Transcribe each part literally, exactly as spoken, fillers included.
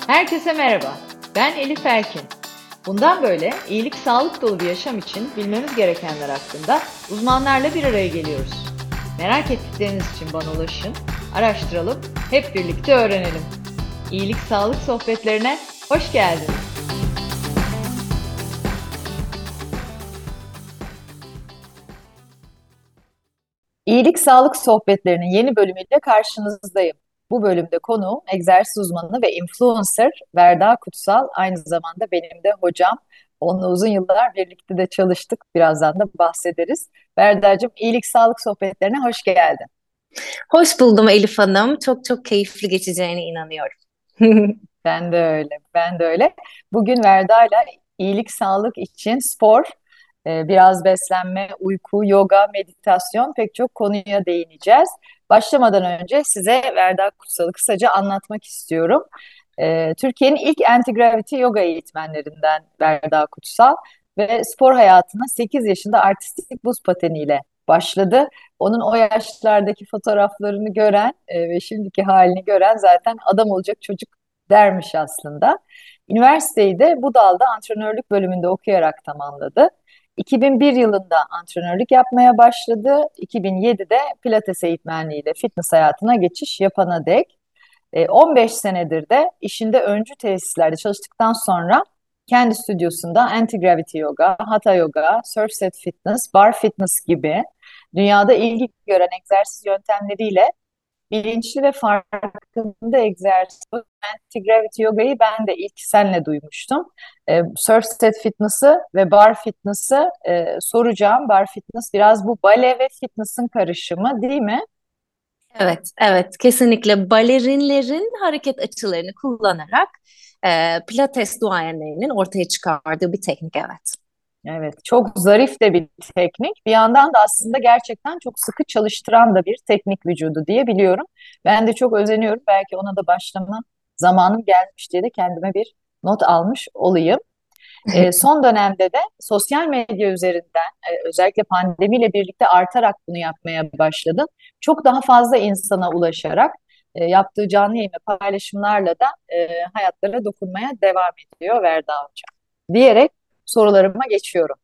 Herkese merhaba. Ben Elif Erkin. Bundan böyle iyilik, sağlık dolu bir yaşam için bilmemiz gerekenler hakkında uzmanlarla bir araya geliyoruz. Merak ettikleriniz için bana ulaşın, araştıralım, hep birlikte öğrenelim. İyilik, sağlık sohbetlerine hoş geldiniz. İyilik Sağlık Sohbetlerinin yeni bölümüyle karşınızdayım. Bu bölümde konuğum egzersiz uzmanı ve influencer Verda Kutsal. Aynı zamanda benim de hocam. Onunla uzun yıllar birlikte de çalıştık. Birazdan da bahsederiz. Verdacığım, İyilik Sağlık Sohbetlerine hoş geldin. Hoş buldum Elif Hanım. Çok çok keyifli geçeceğine inanıyorum. Ben de öyle, ben de öyle. Bugün Verda'yla iyilik sağlık için spor, e, biraz beslenme, uyku, yoga, meditasyon pek çok konuya değineceğiz. Başlamadan önce size Verda Kutsal'ı kısaca anlatmak istiyorum. E, Türkiye'nin ilk anti-gravity yoga eğitmenlerinden Verda Kutsal ve spor hayatına sekiz yaşında artistik buz pateniyle başladı. Onun o yaşlardaki fotoğraflarını gören e, ve şimdiki halini gören zaten adam olacak çocuk dermiş aslında. Üniversiteyi de bu dalda antrenörlük bölümünde okuyarak tamamladı. iki bin bir yılında antrenörlük yapmaya başladı. iki bin yedide Pilates eğitmenliğiyle fitness hayatına geçiş yapana dek. E, on beş senedir de işinde öncü tesislerde çalıştıktan sonra kendi stüdyosunda anti-gravity yoga, hatha yoga, surf set fitness, bar fitness gibi dünyada ilgi gören egzersiz yöntemleriyle bilinçli ve farkında egzersiz. Anti-gravity yogayı ben de ilk senle duymuştum. E, surf set fitness'ı ve bar fitness'ı e, soracağım. Bar fitness biraz bu bale ve fitness'ın karışımı değil mi? Evet, evet, kesinlikle balerinlerin hareket açılarını kullanarak e, Pilates duayenlerinin ortaya çıkardığı bir teknik, evet. Evet, çok zarif de bir teknik. Bir yandan da aslında gerçekten çok sıkı çalıştıran da bir teknik vücudu diye biliyorum. Ben de çok özeniyorum. Belki ona da başlama zamanım gelmiş diye de kendime bir not almış olayım. E, son dönemde de sosyal medya üzerinden e, özellikle pandemiyle birlikte artarak bunu yapmaya başladım. Çok daha fazla insana ulaşarak e, yaptığı canlı yayın ve paylaşımlarla da e, hayatlara dokunmaya devam ediyor Verda Hocam. Diyerek sorularıma geçiyorum.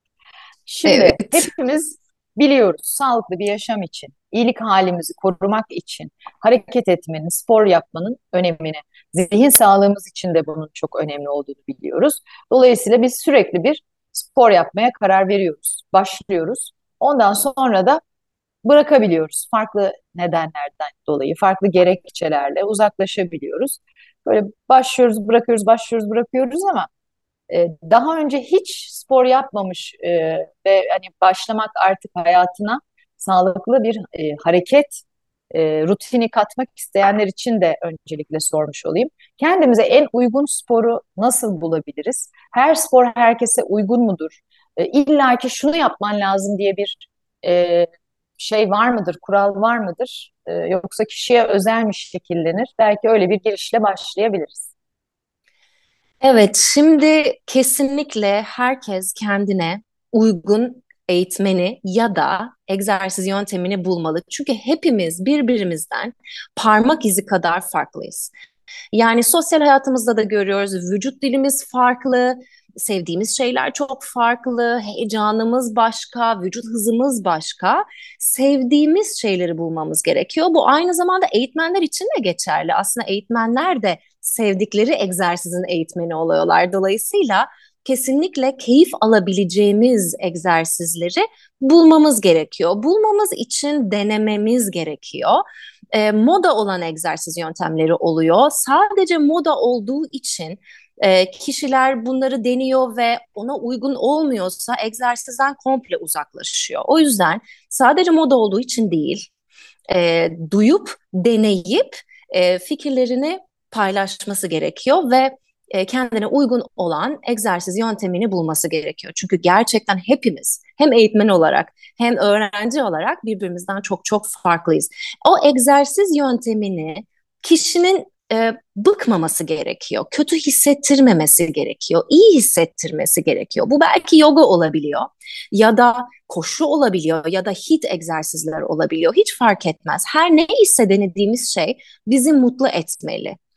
Şimdi Evet. hepimiz biliyoruz sağlıklı bir yaşam için, iyilik halimizi korumak için hareket etmenin, spor yapmanın önemini, zihin sağlığımız için de bunun çok önemli olduğunu biliyoruz. Dolayısıyla biz sürekli bir spor yapmaya karar veriyoruz, başlıyoruz. Ondan sonra da bırakabiliyoruz. Farklı nedenlerden dolayı, farklı gerekçelerle uzaklaşabiliyoruz. Böyle başlıyoruz, bırakıyoruz, başlıyoruz, bırakıyoruz ama e, daha önce hiç spor yapmamış e, ve hani başlamak artık hayatına sağlıklı bir e, hareket e, rutini katmak isteyenler için de öncelikle sormuş olayım. Kendimize en uygun sporu nasıl bulabiliriz? Her spor herkese uygun mudur? E, İlla ki şunu yapman lazım diye bir e, şey var mıdır, kural var mıdır? E, yoksa kişiye özel mi şekillenir? Belki öyle bir girişle başlayabiliriz. Evet, şimdi kesinlikle herkes kendine uygun eğitmeni ya da egzersiz yöntemini bulmalı. Çünkü hepimiz birbirimizden parmak izi kadar farklıyız. Yani sosyal hayatımızda da görüyoruz. Vücut dilimiz farklı, sevdiğimiz şeyler çok farklı, heyecanımız başka, vücut hızımız başka. Sevdiğimiz şeyleri bulmamız gerekiyor. Bu aynı zamanda eğitmenler için de geçerli. Aslında eğitmenler de sevdikleri egzersizin eğitmeni oluyorlar. Dolayısıyla kesinlikle keyif alabileceğimiz egzersizleri bulmamız gerekiyor. Bulmamız için denememiz gerekiyor. E, moda olan egzersiz yöntemleri oluyor. Sadece moda olduğu için e, kişiler bunları deniyor ve ona uygun olmuyorsa egzersizden komple uzaklaşıyor. O yüzden sadece moda olduğu için değil, e, duyup, deneyip e, fikirlerini paylaşması gerekiyor ve e, kendine uygun olan egzersiz yöntemini bulması gerekiyor. Çünkü gerçekten hepimiz hem eğitmen olarak hem öğrenci olarak birbirimizden çok çok farklıyız. O egzersiz yöntemini kişinin e, bıkmaması gerekiyor, kötü hissettirmemesi gerekiyor, iyi hissettirmesi gerekiyor. Bu belki yoga olabiliyor ya da koşu olabiliyor ya da hit egzersizler olabiliyor. Hiç fark etmez. Her neyse denediğimiz şey bizi mutlu etmeli.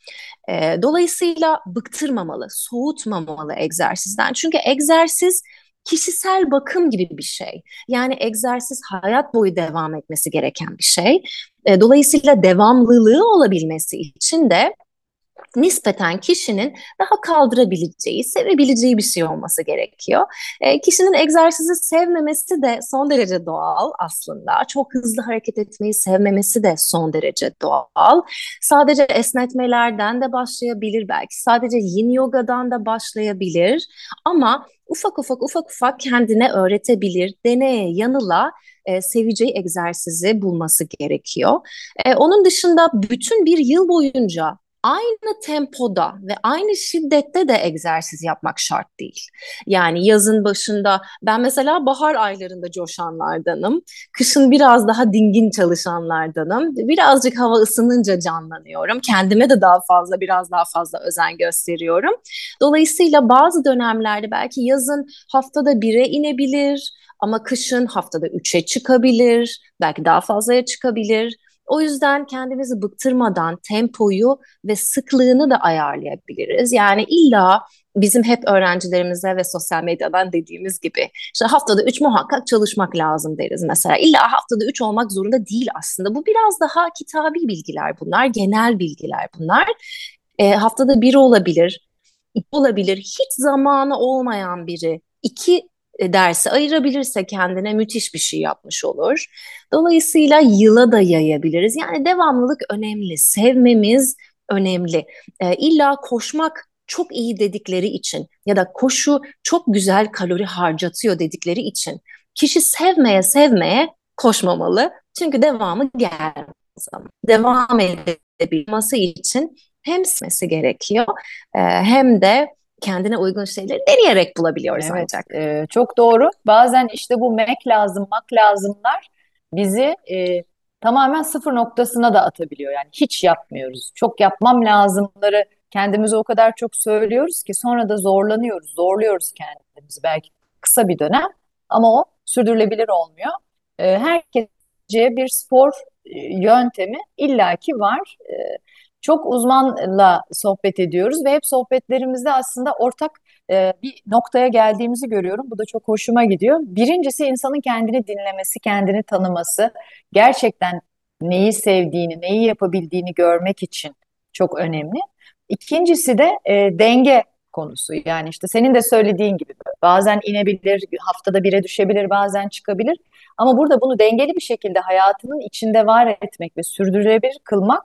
E, dolayısıyla bıktırmamalı, soğutmamalı egzersizden. Çünkü egzersiz kişisel bakım gibi bir şey. Yani egzersiz hayat boyu devam etmesi gereken bir şey. E, dolayısıyla devamlılığı olabilmesi için de nispeten kişinin daha kaldırabileceği, sevebileceği bir şey olması gerekiyor. E, kişinin egzersizi sevmemesi de son derece doğal aslında. Çok hızlı hareket etmeyi sevmemesi de son derece doğal. Sadece esnetmelerden de başlayabilir belki. Sadece yin yogadan da başlayabilir. Ama ufak ufak ufak ufak kendine öğretebilir. Deneye yanıla e, seveceği egzersizi bulması gerekiyor. E, onun dışında bütün bir yıl boyunca aynı tempoda ve aynı şiddette de egzersiz yapmak şart değil. Yani yazın başında ben mesela bahar aylarında coşanlardanım. Kışın biraz daha dingin çalışanlardanım. Birazcık hava ısınınca canlanıyorum. Kendime de daha fazla, biraz daha fazla özen gösteriyorum. Dolayısıyla bazı dönemlerde belki yazın haftada bire inebilir ama kışın haftada üçe çıkabilir, belki daha fazlaya çıkabilir. O yüzden kendimizi bıktırmadan tempoyu ve sıklığını da ayarlayabiliriz. Yani illa bizim hep öğrencilerimize ve sosyal medyadan dediğimiz gibi işte haftada üç muhakkak çalışmak lazım deriz mesela. İlla haftada üç olmak zorunda değil aslında. Bu biraz daha kitabi bilgiler bunlar, genel bilgiler bunlar. E, haftada bir olabilir, iki olabilir. Hiç zamanı olmayan biri iki e, dersi ayırabilirse kendine müthiş bir şey yapmış olur. Dolayısıyla yıla da yayabiliriz. Yani devamlılık önemli, sevmemiz önemli. E, illa koşmak çok iyi dedikleri için ya da koşu çok güzel kalori harcatıyor dedikleri için kişi sevmeye sevmeye koşmamalı. Çünkü devamı gelmez ama. Devam edebilmesi için hem sevmesi gerekiyor e, hem de kendine uygun şeyleri deneyerek bulabiliyoruz Evet, ancak. e, çok doğru. Bazen işte bu mek lazım, mak lazımlar bizi e, tamamen sıfır noktasına da atabiliyor. Yani hiç yapmıyoruz. Çok yapmam lazımları kendimize o kadar çok söylüyoruz ki sonra da zorlanıyoruz, zorluyoruz kendimizi belki kısa bir dönem ama o sürdürülebilir olmuyor. E, herkese bir spor e, yöntemi illaki var. E, çok uzmanla sohbet ediyoruz ve hep sohbetlerimizde aslında ortak e, bir noktaya geldiğimizi görüyorum. Bu da çok hoşuma gidiyor. Birincisi insanın kendini dinlemesi, kendini tanıması, gerçekten neyi sevdiğini, neyi yapabildiğini görmek için çok önemli. İkincisi de e, denge konusu. Yani işte senin de söylediğin gibi bazen inebilir, haftada bire düşebilir, bazen çıkabilir. Ama burada bunu dengeli bir şekilde hayatının içinde var etmek ve sürdürülebilir kılmak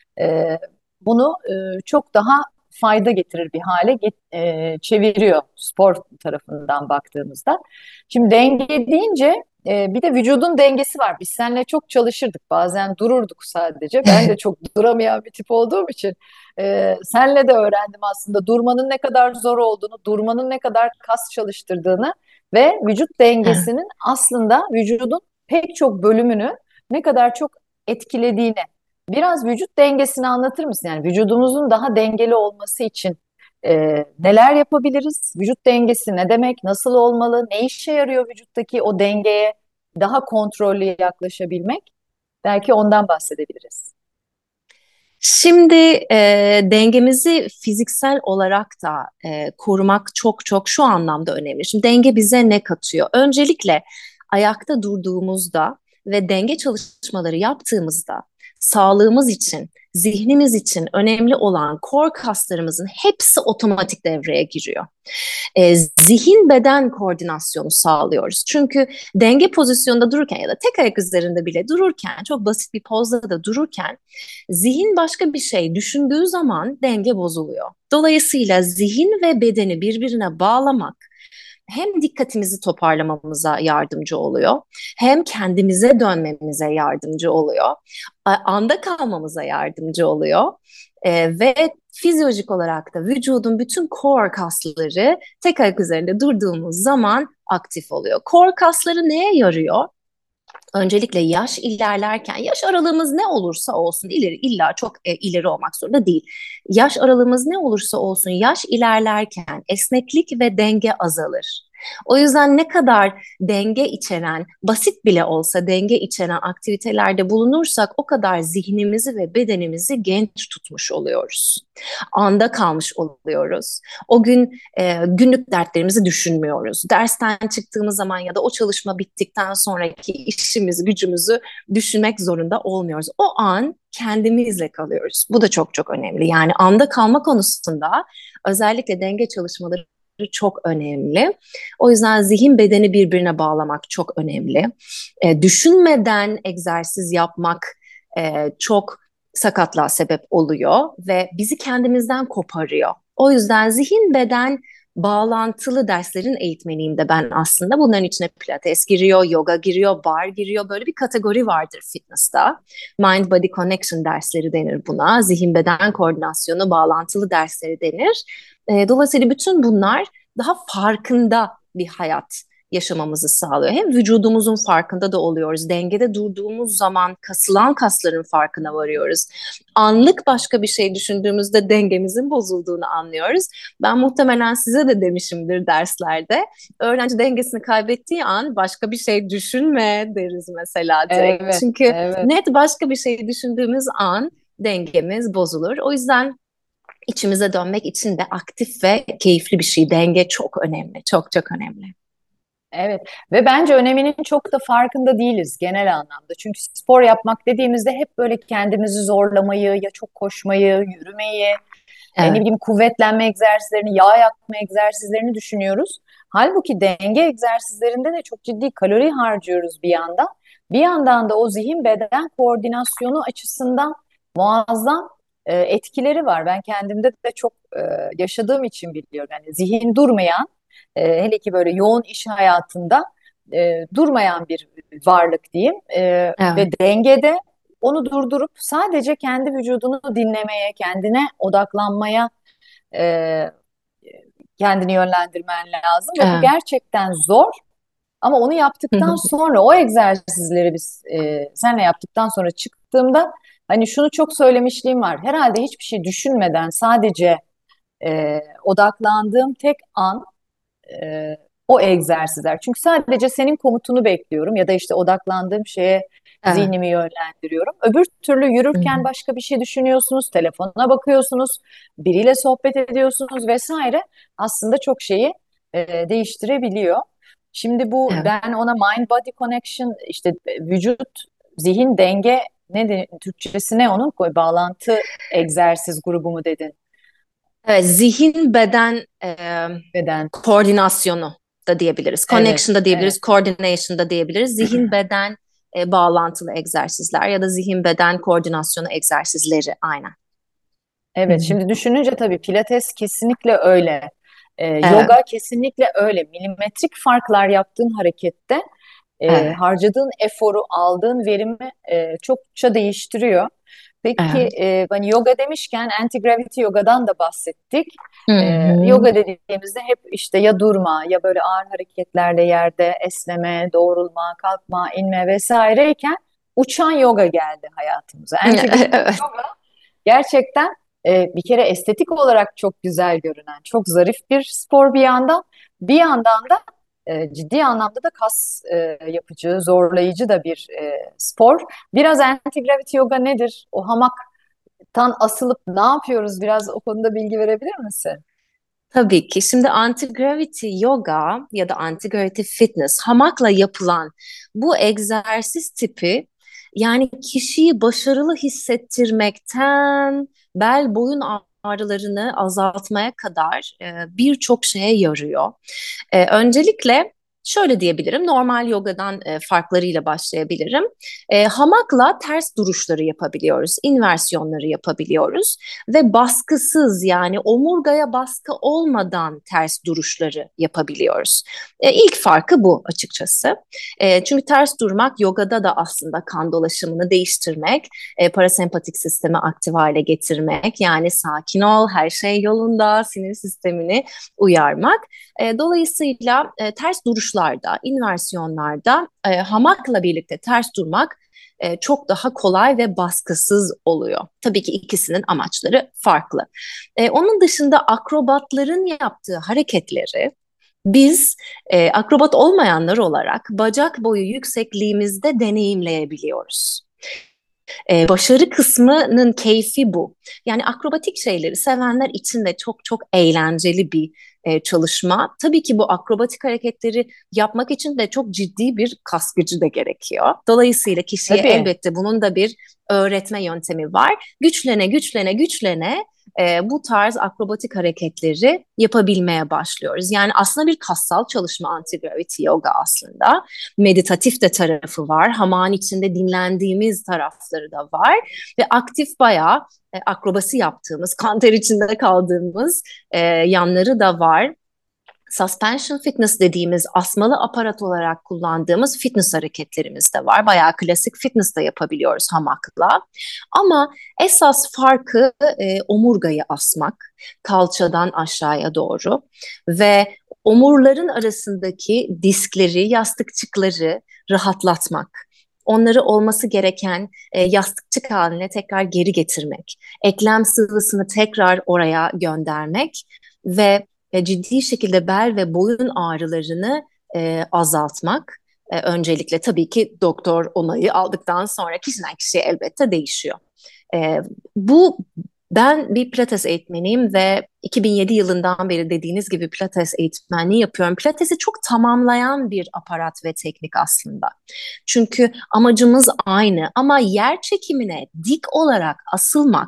e, bunu e, çok daha fayda getirir bir hale get- e, çeviriyor spor tarafından baktığımızda. Şimdi denge deyince e, bir de vücudun dengesi var. Biz seninle çok çalışırdık. Bazen dururduk sadece. Ben de çok duramayan bir tip olduğum için e, senle de öğrendim aslında durmanın ne kadar zor olduğunu, durmanın ne kadar kas çalıştırdığını ve vücut dengesinin aslında vücudun pek çok bölümünü ne kadar çok etkilediğini. Biraz vücut dengesini anlatır mısın? Yani vücudumuzun daha dengeli olması için e, neler yapabiliriz? Vücut dengesi ne demek? Nasıl olmalı? Ne işe yarıyor vücuttaki o dengeye daha kontrollü yaklaşabilmek? Belki ondan bahsedebiliriz. Şimdi e, dengemizi fiziksel olarak da e, korumak çok çok şu anlamda önemli. Şimdi denge bize ne katıyor? Öncelikle ayakta durduğumuzda ve denge çalışmaları yaptığımızda sağlığımız için, zihnimiz için önemli olan core kaslarımızın hepsi otomatik devreye giriyor. E, zihin beden koordinasyonu sağlıyoruz. Çünkü denge pozisyonda dururken ya da tek ayak üzerinde bile dururken, çok basit bir pozda da dururken zihin başka bir şey düşündüğü zaman denge bozuluyor. Dolayısıyla zihin ve bedeni birbirine bağlamak hem dikkatimizi toparlamamıza yardımcı oluyor, hem kendimize dönmemize yardımcı oluyor, anda kalmamıza yardımcı oluyor. Ee, ve fizyolojik olarak da vücudun bütün core kasları tek ayak üzerinde durduğumuz zaman aktif oluyor. Core kasları neye yarıyor? Öncelikle yaş ilerlerken, yaş aralığımız ne olursa olsun, ileri illa çok e, ileri olmak zorunda değil. Yaş aralığımız ne olursa olsun, yaş ilerlerken esneklik ve denge azalır. O yüzden ne kadar denge içeren, basit bile olsa denge içeren aktivitelerde bulunursak o kadar zihnimizi ve bedenimizi genç tutmuş oluyoruz. Anda kalmış oluyoruz. O gün e, günlük dertlerimizi düşünmüyoruz. Dersten çıktığımız zaman ya da o çalışma bittikten sonraki işimizi, gücümüzü düşünmek zorunda olmuyoruz. O an kendimizle kalıyoruz. Bu da çok çok önemli. Yani anda kalma konusunda özellikle denge çalışmaları çok önemli. O yüzden zihin bedeni birbirine bağlamak çok önemli. E, düşünmeden egzersiz yapmak e, çok sakatlığa sebep oluyor ve bizi kendimizden koparıyor. O yüzden zihin beden bağlantılı derslerin eğitmeniyim de ben aslında. Bunların içine pilates giriyor, yoga giriyor, bar giriyor. Böyle bir kategori vardır fitness'ta. Mind Body Connection dersleri denir buna. Zihin beden koordinasyonu bağlantılı dersleri denir. E, dolayısıyla bütün bunlar daha farkında bir hayat yaşamamızı sağlıyor. Hem vücudumuzun farkında da oluyoruz. Dengede durduğumuz zaman kasılan kasların farkına varıyoruz. Anlık başka bir şey düşündüğümüzde dengemizin bozulduğunu anlıyoruz. Ben muhtemelen size de demişimdir derslerde. Öğrenci dengesini kaybettiği an başka bir şey düşünme deriz mesela direkt. Evet, Çünkü evet. net başka bir şey düşündüğümüz an dengemiz bozulur. O yüzden içimize dönmek için de aktif ve keyifli bir şey. Denge çok önemli, çok çok önemli. Evet ve bence öneminin çok da farkında değiliz genel anlamda. Çünkü spor yapmak dediğimizde hep böyle kendimizi zorlamayı, ya çok koşmayı, yürümeyi, e, ne Evet. bileyim kuvvetlenme egzersizlerini, yağ yakma egzersizlerini düşünüyoruz. Halbuki denge egzersizlerinde de çok ciddi kalori harcıyoruz bir yandan. Bir yandan da o zihin beden koordinasyonu açısından muazzam e, etkileri var. Ben kendimde de çok e, yaşadığım için biliyorum. Yani zihin durmayan, e, hele ki böyle yoğun iş hayatında e, durmayan bir varlık diyeyim. E, Evet. ve dengede onu durdurup sadece kendi vücudunu dinlemeye, kendine odaklanmaya e, kendini yönlendirmen lazım ve bu Evet. gerçekten zor. Ama onu yaptıktan sonra o egzersizleri biz e, seninle yaptıktan sonra çıktığımda hani şunu çok söylemişliğim var. Herhalde hiçbir şey düşünmeden sadece e, odaklandığım tek an e, o egzersizler. Çünkü sadece senin komutunu bekliyorum ya da işte odaklandığım şeye Evet. zihnimi yönlendiriyorum. Öbür türlü Hı hı. yürürken başka bir şey düşünüyorsunuz, telefonuna bakıyorsunuz, biriyle sohbet ediyorsunuz vesaire. Aslında çok şeyi e, değiştirebiliyor. Şimdi bu Evet. ben ona mind body connection işte e, vücut zihin denge ne de, Türkçesi ne onun koy bağlantı egzersiz grubu mu dedin Evet, zihin beden e, beden? koordinasyonu da diyebiliriz. Evet, Connection da evet. diyebiliriz, coordination da diyebiliriz. Zihin beden e, bağlantılı egzersizler ya da zihin beden koordinasyonu egzersizleri aynen. Hı Evet, hı. şimdi düşününce tabii Pilates kesinlikle öyle. Ee, Evet, yoga kesinlikle öyle. Milimetrik farklar yaptığın harekette e, evet, harcadığın eforu, aldığın verimi e, çokça değiştiriyor. Peki evet. e, hani yoga demişken anti-gravity yogadan da bahsettik. Hı E, hı. yoga dediğimizde hep işte ya durma ya böyle ağır hareketlerle yerde esneme, doğrulma, kalkma, inme vesaireyken uçan yoga geldi hayatımıza. Anti-gravity Evet. yoga gerçekten e, bir kere estetik olarak çok güzel görünen, çok zarif bir spor bir yandan. Bir yandan da e, ciddi anlamda da kas e, yapıcı, zorlayıcı da bir e, spor. Biraz anti-gravity yoga nedir? O hamaktan asılıp ne yapıyoruz? Biraz o konuda bilgi verebilir misin? Tabii ki. Şimdi anti-gravity yoga ya da anti-gravity fitness hamakla yapılan bu egzersiz tipi yani kişiyi başarılı hissettirmekten bel boyun ağrılarını azaltmaya kadar e, birçok şeye yarıyor. E, öncelikle şöyle diyebilirim, normal yogadan e, farklarıyla başlayabilirim. E, hamakla ters duruşları yapabiliyoruz, inversiyonları yapabiliyoruz ve baskısız yani omurgaya baskı olmadan ters duruşları yapabiliyoruz. E, ilk farkı bu açıkçası. E, çünkü ters durmak yogada da aslında kan dolaşımını değiştirmek, e, parasempatik sistemi aktif hale getirmek, yani sakin ol, her şey yolunda, sinir sistemini uyarmak. E, dolayısıyla e, ters duruşlarda, inversiyonlarda e, hamakla birlikte ters durmak e, çok daha kolay ve baskısız oluyor. Tabii ki ikisinin amaçları farklı. E, onun dışında akrobatların yaptığı hareketleri biz e, akrobat olmayanlar olarak bacak boyu yüksekliğimizde deneyimleyebiliyoruz. Ee, başarı kısmının keyfi bu. Yani akrobatik şeyleri sevenler için de çok çok eğlenceli bir e, çalışma. Tabii ki bu akrobatik hareketleri yapmak için de çok ciddi bir kas gücü de gerekiyor. Dolayısıyla kişiye Tabii. elbette bunun da bir öğretme yöntemi var. Güçlene güçlene güçlene e, bu tarz akrobatik hareketleri yapabilmeye başlıyoruz. Yani aslında bir kassal çalışma anti-gravity yoga aslında. Meditatif de tarafı var. Hamağın içinde dinlendiğimiz tarafları da var. Ve aktif bayağı e, akrobasi yaptığımız, kan ter içinde kaldığımız e, yanları da var. Suspension fitness dediğimiz asmalı aparat olarak kullandığımız fitness hareketlerimiz de var. Bayağı klasik fitness de yapabiliyoruz hamakla. Ama esas farkı e, omurgayı asmak, kalçadan aşağıya doğru ve omurların arasındaki diskleri, yastıkçıkları rahatlatmak. Onları olması gereken e, yastıkçık haline tekrar geri getirmek, eklem sıvısını tekrar oraya göndermek ve e, ciddi şekilde bel ve boyun ağrılarını e, azaltmak. E, öncelikle tabii ki doktor onayı aldıktan sonra kişiden kişiye elbette değişiyor. E, bu ben bir pilates eğitmeniyim ve iki bin yedi yılından beri dediğiniz gibi pilates eğitmenliği yapıyorum. Pilatesi çok tamamlayan bir aparat ve teknik aslında. Çünkü amacımız aynı ama yer çekimine dik olarak asılmak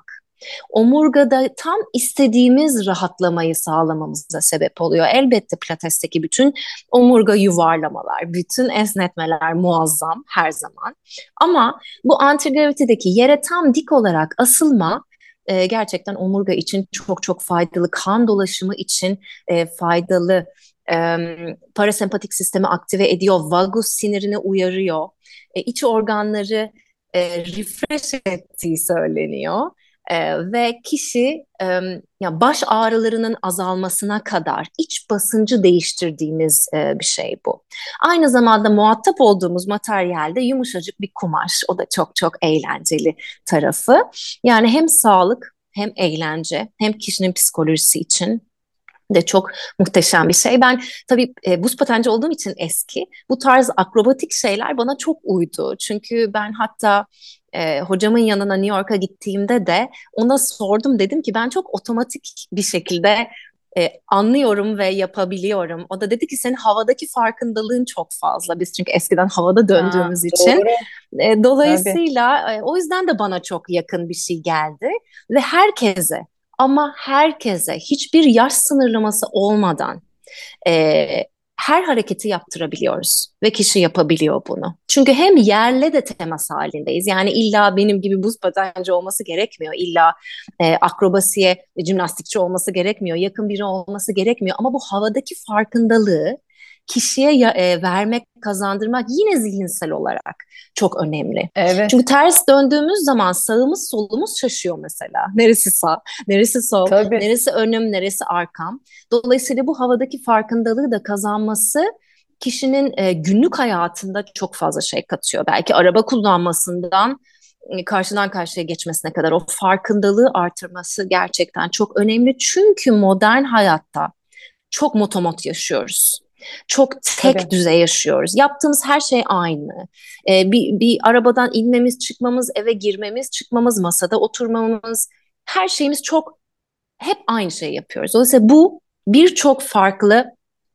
omurgada tam istediğimiz rahatlamayı sağlamamıza sebep oluyor. Elbette pilatesteki bütün omurga yuvarlamalar, bütün esnetmeler muazzam her zaman. Ama bu anti-gravity'deki yere tam dik olarak asılma e, gerçekten omurga için çok çok faydalı, kan dolaşımı için e, faydalı. E, parasempatik sistemi aktive ediyor, vagus sinirini uyarıyor, e, iç organları e, refresh ettiği söyleniyor. Ee, ve kişi e, ya baş ağrılarının azalmasına kadar iç basıncı değiştirdiğimiz e, bir şey bu. Aynı zamanda muhatap olduğumuz materyalde yumuşacık bir kumaş. O da çok çok eğlenceli tarafı. Yani hem sağlık hem eğlence hem kişinin psikolojisi için de çok muhteşem bir şey. Ben tabii e, buz patenci olduğum için eski, bu tarz akrobatik şeyler bana çok uydu. Çünkü ben hatta e, hocamın yanına New York'a gittiğimde de ona sordum. Dedim ki ben çok otomatik bir şekilde e, anlıyorum ve yapabiliyorum. O da dedi ki senin havadaki farkındalığın çok fazla. Biz çünkü eskiden havada Ha, döndüğümüz için. doğru. E, Tabii. dolayısıyla e, o yüzden de bana çok yakın bir şey geldi. Ve herkese ama herkese hiçbir yaş sınırlaması olmadan e, her hareketi yaptırabiliyoruz ve kişi yapabiliyor bunu. Çünkü hem yerle de temas halindeyiz. Yani illa benim gibi buz patenci olması gerekmiyor. İlla e, akrobasiye, jimnastikçi olması gerekmiyor. Yakın biri olması gerekmiyor. Ama bu havadaki farkındalığı kişiye ya- e, vermek, kazandırmak yine zihinsel olarak çok önemli. Çünkü Evet. ters döndüğümüz zaman sağımız solumuz şaşıyor mesela. Neresi sağ, neresi sol, Tabii. neresi önüm, neresi arkam. Dolayısıyla bu havadaki farkındalığı da kazanması kişinin e, günlük hayatında çok fazla şey katıyor. Belki araba kullanmasından e, karşıdan karşıya geçmesine kadar o farkındalığı artırması gerçekten çok önemli. Çünkü modern hayatta çok motomot yaşıyoruz. Çok tek Tabii. düze yaşıyoruz. Yaptığımız her şey aynı. Ee, bir, bir arabadan inmemiz, çıkmamız, eve girmemiz, çıkmamız, masada oturmamız, her şeyimiz çok hep aynı şeyi yapıyoruz. Dolayısıyla bu birçok farklı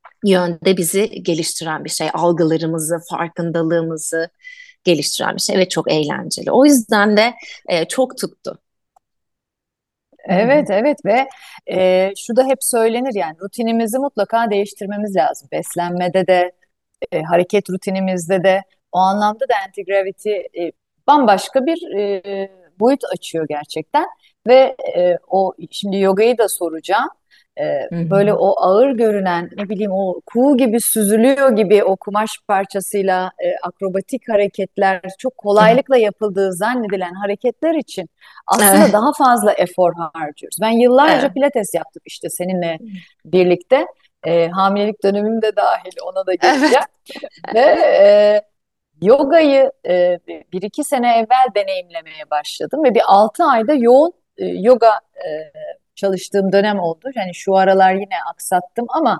yönde bizi geliştiren bir şey. Algılarımızı, farkındalığımızı geliştiren bir şey ve çok eğlenceli. O yüzden de e, çok tuttu. Evet, evet ve e, şu da hep söylenir yani rutinimizi mutlaka değiştirmemiz lazım. Beslenmede de, e, hareket rutinimizde de o anlamda da anti-gravity e, bambaşka bir e, boyut açıyor gerçekten. Ve e, o şimdi yogayı da soracağım. E, Hı böyle hı. o ağır görünen ne bileyim o kuğu gibi süzülüyor gibi o kumaş parçasıyla e, akrobatik hareketler çok Evet. kolaylıkla yapıldığı zannedilen hareketler için aslında Evet. daha fazla efor harcıyoruz. Ben yıllarca Evet. pilates yaptım işte seninle birlikte. E, hamilelik dönemim de dahil ona da geleceğim. Evet. Ve e, yogayı e, bir iki sene evvel deneyimlemeye başladım ve bir altı ayda yoğun e, yoga e, çalıştığım dönem oldu. Yani şu aralar yine aksattım ama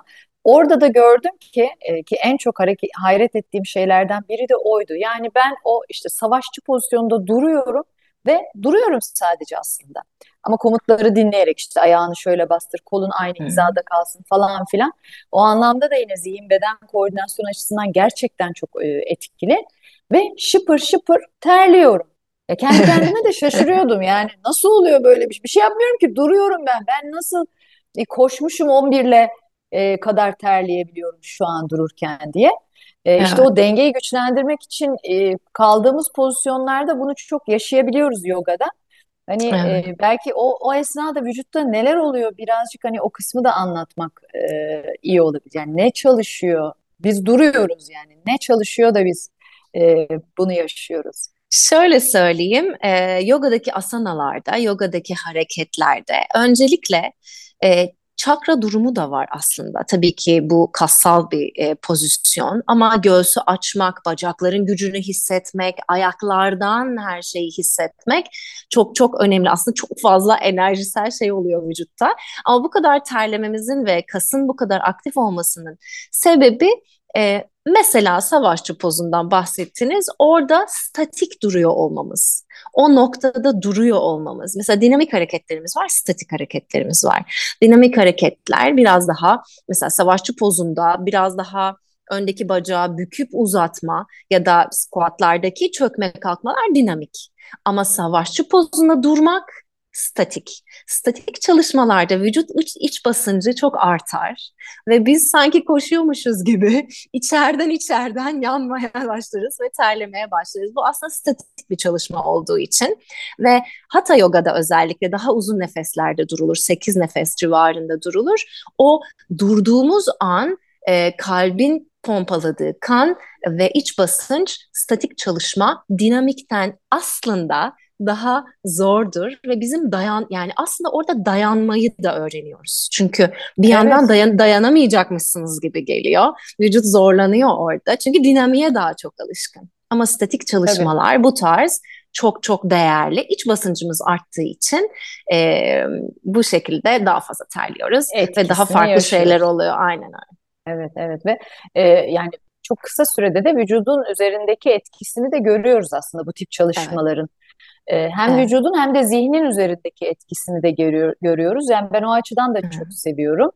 orada da gördüm ki e, ki en çok hareket, hayret ettiğim şeylerden biri de oydu. Yani ben o işte savaşçı pozisyonda duruyorum ve duruyorum sadece aslında. Ama komutları dinleyerek işte ayağını şöyle bastır, kolun aynı Hı. hizada kalsın falan filan. O anlamda da yine zihin beden koordinasyon açısından gerçekten çok e, etkili. Ve şıpır şıpır terliyorum. Ya kendi kendime de şaşırıyordum yani nasıl oluyor böyle bir şey? Bir şey yapmıyorum ki duruyorum ben. Ben nasıl e, koşmuşum on birle e, kadar terleyebiliyorum şu an dururken diye. E, işte Evet, o dengeyi güçlendirmek için e, kaldığımız pozisyonlarda bunu çok yaşayabiliyoruz yogada. Hani evet. e, belki o o esnada vücutta neler oluyor birazcık hani o kısmı da anlatmak e, iyi olabilir. Yani ne çalışıyor? Biz duruyoruz yani. Ne çalışıyor da biz e, bunu yaşıyoruz. Şöyle söyleyeyim, e, yogadaki asanalarda, yogadaki hareketlerde öncelikle e, çakra durumu da var aslında. Tabii ki bu kassal bir e, pozisyon ama göğsü açmak, bacakların gücünü hissetmek, ayaklardan her şeyi hissetmek çok çok önemli. Aslında çok fazla enerjisel şey oluyor vücutta. Ama bu kadar terlememizin ve kasın bu kadar aktif olmasının sebebi e, mesela savaşçı pozundan bahsettiniz. Orada statik duruyor olmamız. O noktada duruyor olmamız. Mesela dinamik hareketlerimiz var, statik hareketlerimiz var. Dinamik hareketler biraz daha mesela savaşçı pozunda biraz daha öndeki bacağı büküp uzatma ya da squatlardaki çökme kalkmalar dinamik. Ama savaşçı pozunda durmak statik. Statik çalışmalarda vücut iç, iç basıncı çok artar ve biz sanki koşuyormuşuz gibi içeriden içeriden yanmaya başlarız ve terlemeye başlarız. Bu aslında statik bir çalışma olduğu için ve Hatha Yoga'da özellikle daha uzun nefeslerde durulur. sekiz nefes civarında durulur. O durduğumuz an e, kalbin pompaladığı kan ve iç basınç statik çalışma dinamikten aslında daha zordur ve bizim dayan yani aslında orada dayanmayı da öğreniyoruz. Çünkü bir yandan Evet, dayan, dayanamayacakmışsınız gibi geliyor. Vücut zorlanıyor orada. Çünkü dinamiğe daha çok alışkın. Ama statik tabii. çalışmalar bu tarz çok çok değerli. İç basıncımız arttığı için e, bu şekilde daha fazla terliyoruz ve daha Etkisini farklı şeyler yaşıyoruz. oluyor. Aynen öyle. Evet, evet ve e, yani çok kısa sürede de vücudun üzerindeki etkisini de görüyoruz aslında bu tip Evet, çalışmaların. E, hem evet. vücudun hem de zihnin üzerindeki etkisini de görüyor, görüyoruz. Yani ben o açıdan da çok seviyorum.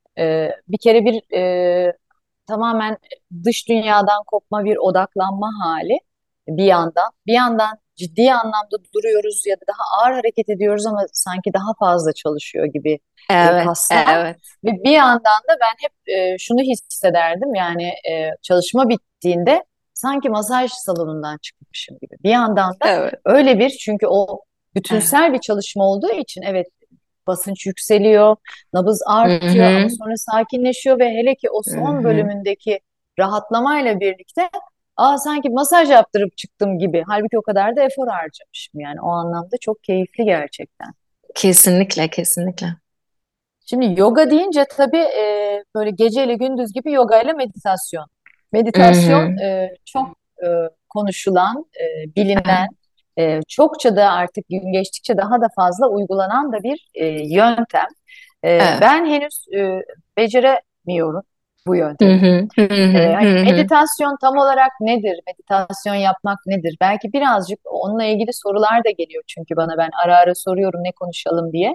E, bir kere bir e, tamamen dış dünyadan kopma bir odaklanma hali bir yandan. Bir yandan ciddi anlamda duruyoruz ya da daha ağır hareket ediyoruz ama sanki daha fazla çalışıyor gibi e, Evet, kaslar. evet. Ve bir yandan da ben hep e, şunu hissederdim yani e, çalışma bittiğinde sanki masaj salonundan çıkmışım gibi. Bir yandan da Evet, öyle bir çünkü o evet. bütünsel bir çalışma olduğu için evet basınç yükseliyor, nabız Hı artıyor ama hı, sonra sakinleşiyor ve hele ki o hı son hı. bölümündeki rahatlamayla birlikte aa sanki masaj yaptırıp çıktım gibi. Halbuki o kadar da efor harcamışım yani o anlamda çok keyifli gerçekten. Kesinlikle, kesinlikle. Şimdi yoga deyince tabii e, böyle geceyle gündüz gibi yoga ile meditasyon. Hı Meditasyon hı. e, çok e, konuşulan, e, Evet, bilinen, e, çokça da artık gün geçtikçe daha da fazla uygulanan da bir e, yöntem. E, evet. ben henüz e, beceremiyorum bu Hı yöntemi. hı, hı hı, E, hani hı hı. meditasyon tam olarak nedir? Meditasyon yapmak nedir? Belki birazcık onunla ilgili sorular da geliyor çünkü bana ben ara ara soruyorum ne konuşalım diye.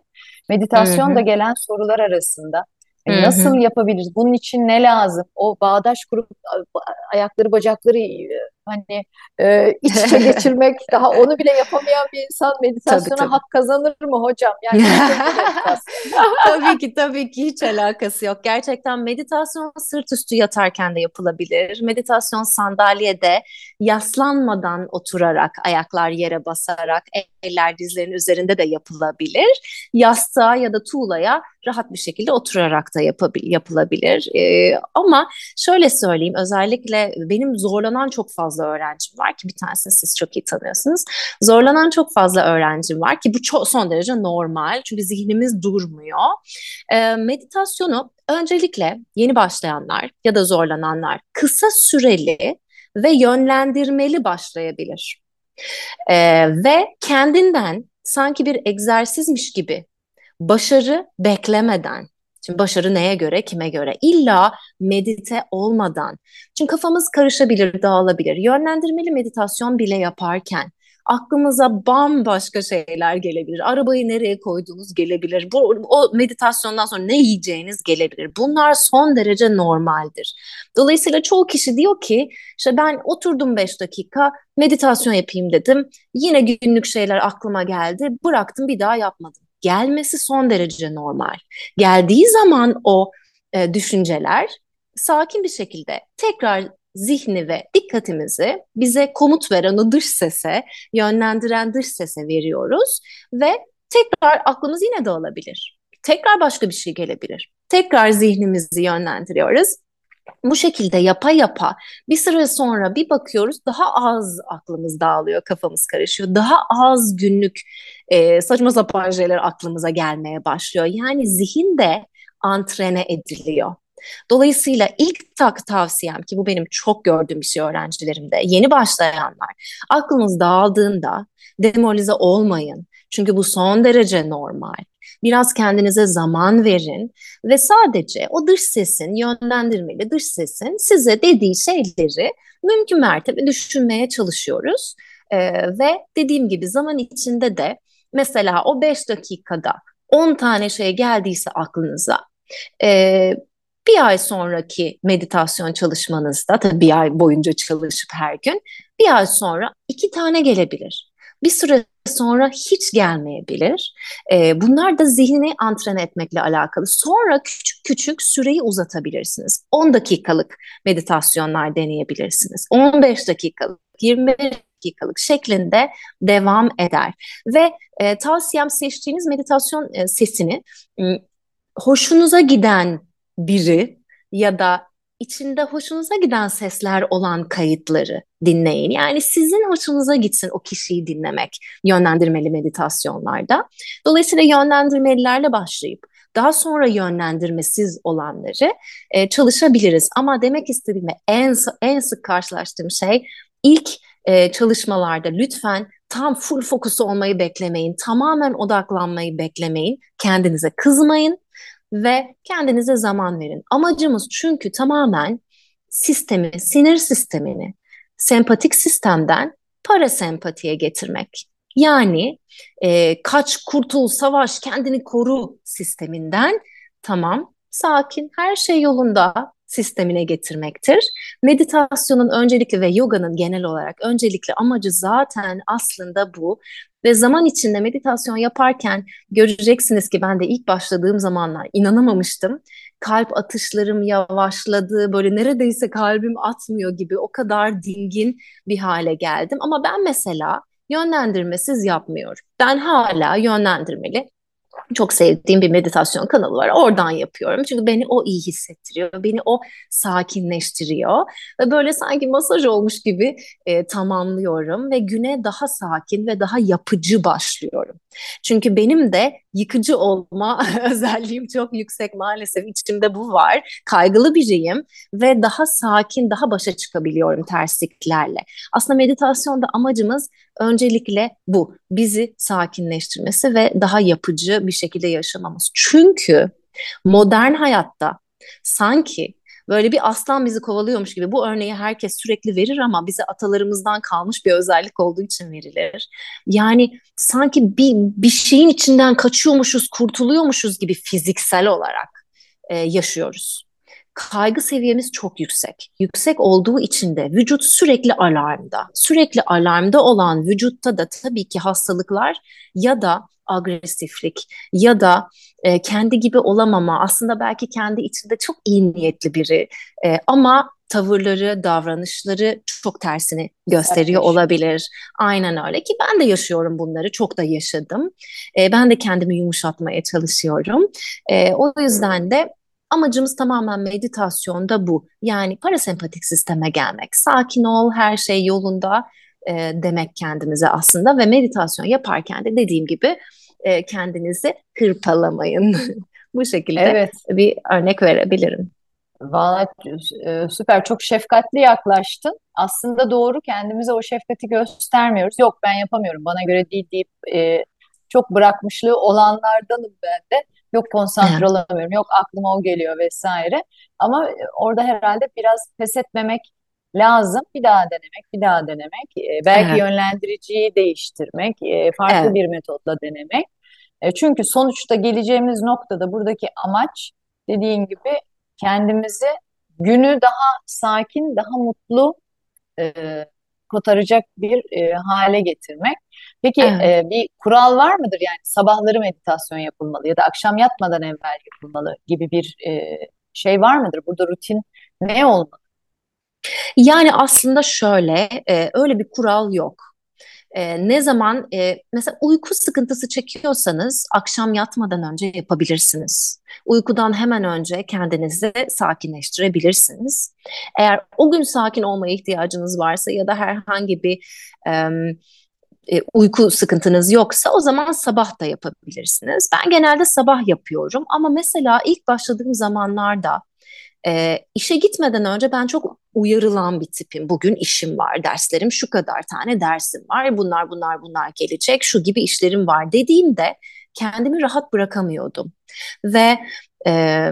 Hı Meditasyon da hı, gelen sorular arasında. Hani hı nasıl hı. yapabiliriz? Bunun için ne lazım? O bağdaş kurup a- ayakları bacakları e, hani e, iç içe geçirmek daha onu bile yapamayan bir insan Tabii meditasyona tabii. hak kazanır mı hocam? Yani nedir bu meditasyon? Tabii ki tabii ki hiç alakası yok. Gerçekten meditasyon sırt üstü yatarken de yapılabilir. Meditasyon sandalyede yaslanmadan oturarak, ayaklar yere basarak, eller dizlerin üzerinde de yapılabilir. Yastığa ya da tuğlaya rahat bir şekilde oturarak da yapabil yapılabilir. Ee, ama şöyle söyleyeyim, özellikle benim zorlanan çok fazla öğrencim var ki bir tanesini siz çok iyi tanıyorsunuz. Zorlanan çok fazla öğrencim var ki bu çok son derece normal çünkü zihnimiz durmuyor. Ee, meditasyonu öncelikle yeni başlayanlar ya da zorlananlar kısa süreli ve yönlendirmeli başlayabilir. Ee, ve kendinden sanki bir egzersizmiş gibi başarı beklemeden Şimdi başarı neye göre, kime göre? İlla medite olmadan. Çünkü kafamız karışabilir, dağılabilir. Yönlendirmeli meditasyon bile yaparken aklımıza bambaşka şeyler gelebilir. Arabayı nereye koyduğunuz gelebilir. Bu, o meditasyondan sonra ne yiyeceğiniz gelebilir. Bunlar son derece normaldir. Dolayısıyla çoğu kişi diyor ki işte ben oturdum beş dakika meditasyon yapayım dedim. Yine günlük şeyler aklıma geldi. Bıraktım, bir daha yapmadım. Gelmesi son derece normal. Geldiği zaman o e, düşünceler sakin bir şekilde tekrar zihni ve dikkatimizi bize komut veren o dış sese, yönlendiren dış sese veriyoruz ve tekrar aklımız yine dağılabilir. Tekrar başka bir şey gelebilir. Tekrar zihnimizi yönlendiriyoruz. Bu şekilde yapa yapa bir süre sonra bir bakıyoruz daha az aklımız dağılıyor, kafamız karışıyor. Daha az günlük e, saçma sapan şeyler aklımıza gelmeye başlıyor. Yani zihin de antrene ediliyor. Dolayısıyla ilk tak tavsiyem ki bu benim çok gördüğüm bir şey öğrencilerimde, yeni başlayanlar, aklınız dağıldığında demoralize olmayın. Çünkü bu son derece normal. Biraz kendinize zaman verin ve sadece o dış sesin, yönlendirmeli dış sesin size dediği şeyleri mümkün mertebe düşünmeye çalışıyoruz. Ee, ve dediğim gibi zaman içinde de mesela o beş dakikada on tane şey geldiyse aklınıza, e, bir ay sonraki meditasyon çalışmanızda, tabii bir ay boyunca çalışıp her gün, bir ay sonra iki tane gelebilir. Bir süre sonra hiç gelmeyebilir. Ee, bunlar da zihni antren etmekle alakalı. Sonra küçük küçük süreyi uzatabilirsiniz. on dakikalık meditasyonlar deneyebilirsiniz. on beş dakikalık, yirmi beş dakikalık şeklinde devam eder. Ve e, tavsiyem seçtiğiniz meditasyon e, sesini m, hoşunuza giden biri ya da içinde hoşunuza giden sesler olan kayıtları dinleyin. Yani sizin hoşunuza gitsin o kişiyi dinlemek yönlendirmeli meditasyonlarda. Dolayısıyla yönlendirmelilerle başlayıp daha sonra yönlendirmesiz olanları e, çalışabiliriz. Ama demek istediğim ve en, en sık karşılaştığım şey ilk e, çalışmalarda lütfen tam full fokus olmayı beklemeyin. Tamamen odaklanmayı beklemeyin. Kendinize kızmayın ve kendinize zaman verin. Amacımız çünkü tamamen sistemi, sinir sistemini sempatik sistemden parasempatiye getirmek. Yani e, kaç, kurtul, savaş, kendini koru sisteminden tamam, sakin, her şey yolunda sistemine getirmektir. Meditasyonun öncelikli ve yoganın genel olarak öncelikli amacı zaten aslında bu. Ve zaman içinde meditasyon yaparken göreceksiniz ki ben de ilk başladığım zamanlar inanamamıştım. Kalp atışlarım yavaşladı, böyle neredeyse kalbim atmıyor gibi o kadar dingin bir hale geldim. Ama ben mesela yönlendirmesiz yapmıyorum. Ben hala yönlendirmeli çok sevdiğim bir meditasyon kanalı var. Oradan yapıyorum. Çünkü beni o iyi hissettiriyor. Beni o sakinleştiriyor. Ve böyle sanki masaj olmuş gibi e, tamamlıyorum. Ve güne daha sakin ve daha yapıcı başlıyorum. Çünkü benim de yıkıcı olma özelliğim çok yüksek maalesef. İçimde bu var. Kaygılı biriyim. Ve daha sakin, daha başa çıkabiliyorum tersliklerle. Aslında meditasyonda amacımız öncelikle bu. Bizi sakinleştirmesi ve daha yapıcı bir şekilde yaşamamız. Çünkü modern hayatta sanki böyle bir aslan bizi kovalıyormuş gibi, bu örneği herkes sürekli verir ama bize atalarımızdan kalmış bir özellik olduğu için verilir. Yani sanki bir, bir şeyin içinden kaçıyormuşuz, kurtuluyormuşuz gibi fiziksel olarak e, yaşıyoruz. Kaygı seviyemiz çok yüksek. Yüksek olduğu için de vücut sürekli alarmda. Sürekli alarmda olan vücutta da tabii ki hastalıklar ya da agresiflik ya da e, kendi gibi olamama, aslında belki kendi içinde çok iyi niyetli biri e, ama tavırları, davranışları çok tersini gösteriyor Sertleşiyor. olabilir. Aynen öyle ki ben de yaşıyorum bunları, çok da yaşadım. E, ben de kendimi yumuşatmaya çalışıyorum. E, o yüzden de amacımız tamamen meditasyonda bu. Yani parasempatik sisteme gelmek. Sakin ol, her şey yolunda e, demek kendimize aslında ve meditasyon yaparken de dediğim gibi e, kendinizi hırpalamayın. Bu şekilde Evet, bir örnek verebilirim. vallahi e, süper, çok şefkatli yaklaştın. Aslında doğru, kendimize o şefkati göstermiyoruz. Yok ben yapamıyorum, bana göre değil deyip e, çok bırakmışlığı olanlardanım ben de. Yok konsantre Evet, olamıyorum, yok aklıma o geliyor vesaire. Ama e, orada herhalde biraz pes etmemek lazım. Bir daha denemek, bir daha denemek. E, belki evet, yönlendiriciyi değiştirmek, e, farklı evet, bir metotla denemek. E, çünkü sonuçta geleceğimiz noktada buradaki amaç dediğin gibi kendimizi günü daha sakin, daha mutlu e, kotaracak bir e, hale getirmek. Peki evet. e, bir kural var mıdır? Yani sabahları meditasyon yapılmalı ya da akşam yatmadan evvel yapılmalı gibi bir e, şey var mıdır? Burada rutin ne olmalı? Yani aslında şöyle, e, öyle bir kural yok. E, ne zaman e, mesela uyku sıkıntısı çekiyorsanız akşam yatmadan önce yapabilirsiniz. Uykudan hemen önce kendinizi sakinleştirebilirsiniz. Eğer o gün sakin olmaya ihtiyacınız varsa ya da herhangi bir em, e, uyku sıkıntınız yoksa o zaman sabah da yapabilirsiniz. Ben genelde sabah yapıyorum ama mesela ilk başladığım zamanlarda e, işe gitmeden önce ben çok uyarılan bir tipim. Bugün işim var, derslerim şu kadar tane dersim var, bunlar bunlar bunlar gelecek, şu gibi işlerim var dediğimde kendimi rahat bırakamıyordum. Ve e,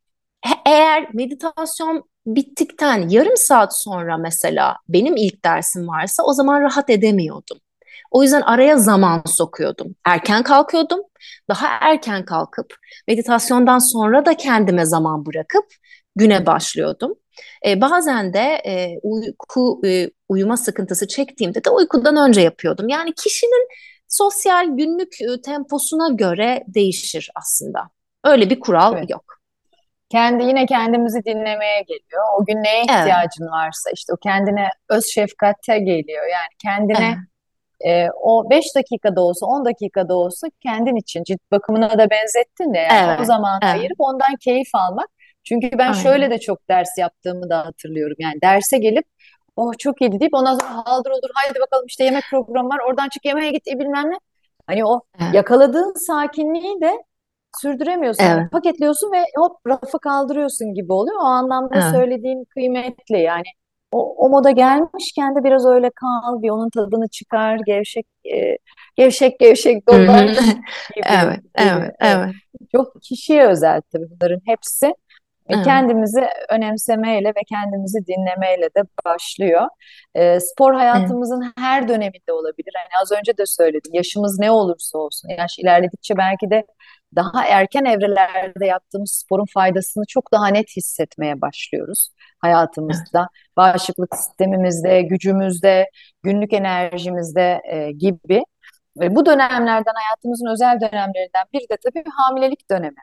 eğer meditasyon bittikten yarım saat sonra mesela benim ilk dersim varsa o zaman rahat edemiyordum. O yüzden araya zaman sokuyordum. Erken kalkıyordum. Daha erken kalkıp meditasyondan sonra da kendime zaman bırakıp güne başlıyordum. E, bazen de e, uyku e, uyuma sıkıntısı çektiğimde de uykudan önce yapıyordum. Yani kişinin sosyal günlük e, temposuna göre değişir aslında. Öyle bir kural Evet. yok. Kendi yine kendimizi dinlemeye geliyor. O gün neye Evet, ihtiyacın varsa işte o kendine öz şefkate geliyor. Yani kendine evet, e, o beş dakikada olsa on dakikada olsa kendin için cilt bakımına da benzettin de yani o evet, zamanı evet, ayırıp ondan keyif almak. Çünkü ben şöyle aynen. de çok ders yaptığımı da hatırlıyorum. Yani derse gelip oh çok iyiydi deyip ondan sonra haldır olur haydi bakalım işte yemek programı var oradan çık yemeğe git e, bilmem ne. Hani o Evet, yakaladığın sakinliği de sürdüremiyorsun. Hani evet, paketliyorsun ve hop rafa kaldırıyorsun gibi oluyor. O anlamda evet. söylediğin kıymetli yani. O, o moda gelmişken de biraz öyle kal, bir onun tadını çıkar, gevşek e, gevşek gevşek Hı hı. dolaş gibi Evet, gibi. evet, Evet. evet, Çok kişiye özel tabii bunların hepsi. E, evet, kendimizi önemsemeyle ve kendimizi dinlemeyle de başlıyor. E, spor evet, hayatımızın her döneminde olabilir. Hani az önce de söyledim. Yaşımız ne olursa olsun. Yaş ilerledikçe belki de daha erken evrelerde yaptığımız sporun faydasını çok daha net hissetmeye başlıyoruz evet. hayatımızda. Bağışıklık sistemimizde, gücümüzde, günlük enerjimizde e, gibi. Ve bu dönemlerden hayatımızın özel dönemlerinden biri de tabii hamilelik dönemi.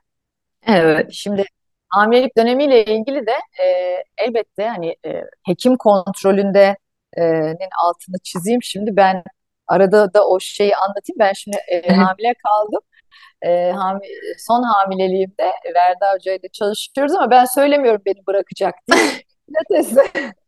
Evet. Şimdi hamilelik dönemiyle ilgili de e, elbette hani e, hekim kontrolünde e, nin altını çizeyim. Şimdi ben arada da o şeyi anlatayım. Ben şimdi e, hamile kaldım. E, hami- son hamileliğimde Verda Hoca ile çalışıyoruz ama ben söylemiyorum beni bırakacak diye. Pilates'te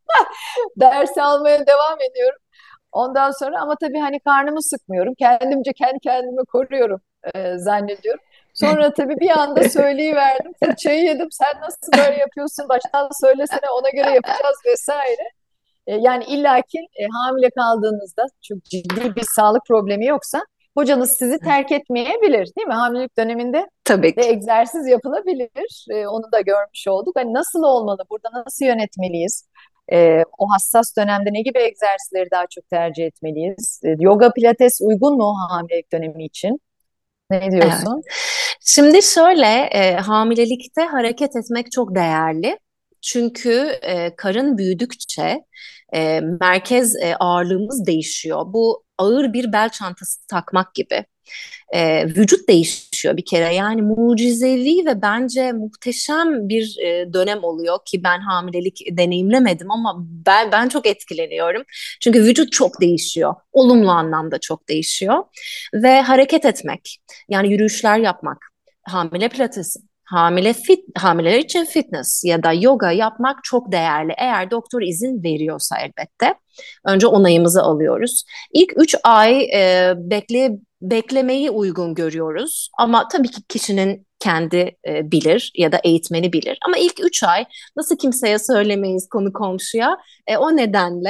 ders almaya devam ediyorum. Ondan sonra ama tabii hani karnımı sıkmıyorum. Kendimce kendi kendimi koruyorum e, zannediyorum. Sonra tabii bir anda söyleyiverdim. Fırçayı yedim. Sen nasıl böyle yapıyorsun? Baştan söylesene ona göre yapacağız vesaire. E, yani illaki e, hamile kaldığınızda çok ciddi bir sağlık problemi yoksa hocanız sizi terk etmeyebilir, değil mi? Hamilelik döneminde Tabii de ki. egzersiz yapılabilir. E, onu da görmüş olduk. Hani nasıl olmalı? Burada nasıl yönetmeliyiz? E, o hassas dönemde ne gibi egzersizleri daha çok tercih etmeliyiz? E, yoga, pilates uygun mu hamilelik dönemi için? Ne Evet. diyorsun? Şimdi şöyle, e, hamilelikte hareket etmek çok değerli. Çünkü e, karın büyüdükçe e, merkez e, ağırlığımız değişiyor. Bu ağır bir bel çantası takmak gibi. E, vücut değişiyor bir kere. Yani mucizevi ve bence muhteşem bir e, dönem oluyor ki ben hamilelik deneyimlemedim ama ben ben çok etkileniyorum. Çünkü vücut çok değişiyor. Olumlu anlamda çok değişiyor. Ve hareket etmek, yani yürüyüşler yapmak, hamile pilatesi, hamile fit, hamileler için fitness ya da yoga yapmak çok değerli. Eğer doktor izin veriyorsa elbette. Önce onayımızı alıyoruz. İlk üç ay e, bekle, beklemeyi uygun görüyoruz. Ama tabii ki kişinin kendi e, bilir ya da eğitmeni bilir. Ama ilk üç ay nasıl kimseye söylemeyiz konu komşuya. E, o nedenle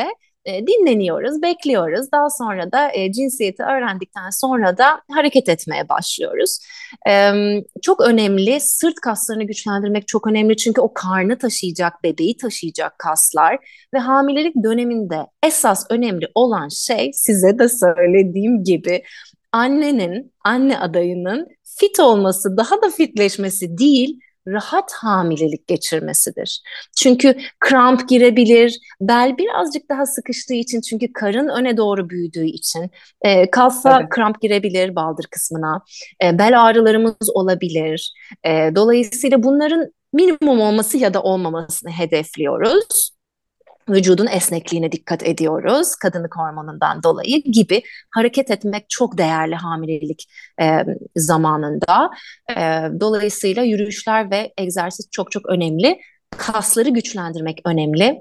e, dinleniyoruz, bekliyoruz. Daha sonra da e, cinsiyeti öğrendikten sonra da hareket etmeye başlıyoruz. E, Çok önemli, sırt kaslarını güçlendirmek çok önemli çünkü o karnı taşıyacak, bebeği taşıyacak kaslar ve hamilelik döneminde esas önemli olan şey size de söylediğim gibi annenin, anne adayının fit olması, daha da fitleşmesi değil, rahat hamilelik geçirmesidir. Çünkü kramp girebilir, bel birazcık daha sıkıştığı için çünkü karın öne doğru büyüdüğü için e, kalsa Tabii. kramp girebilir baldır kısmına, e, bel ağrılarımız olabilir. E, dolayısıyla bunların minimum olması ya da olmamasını hedefliyoruz. Vücudun esnekliğine dikkat ediyoruz kadınlık hormonundan dolayı gibi hareket etmek çok değerli hamilelik e, zamanında. E, Dolayısıyla yürüyüşler ve egzersiz çok çok önemli. Kasları güçlendirmek önemli.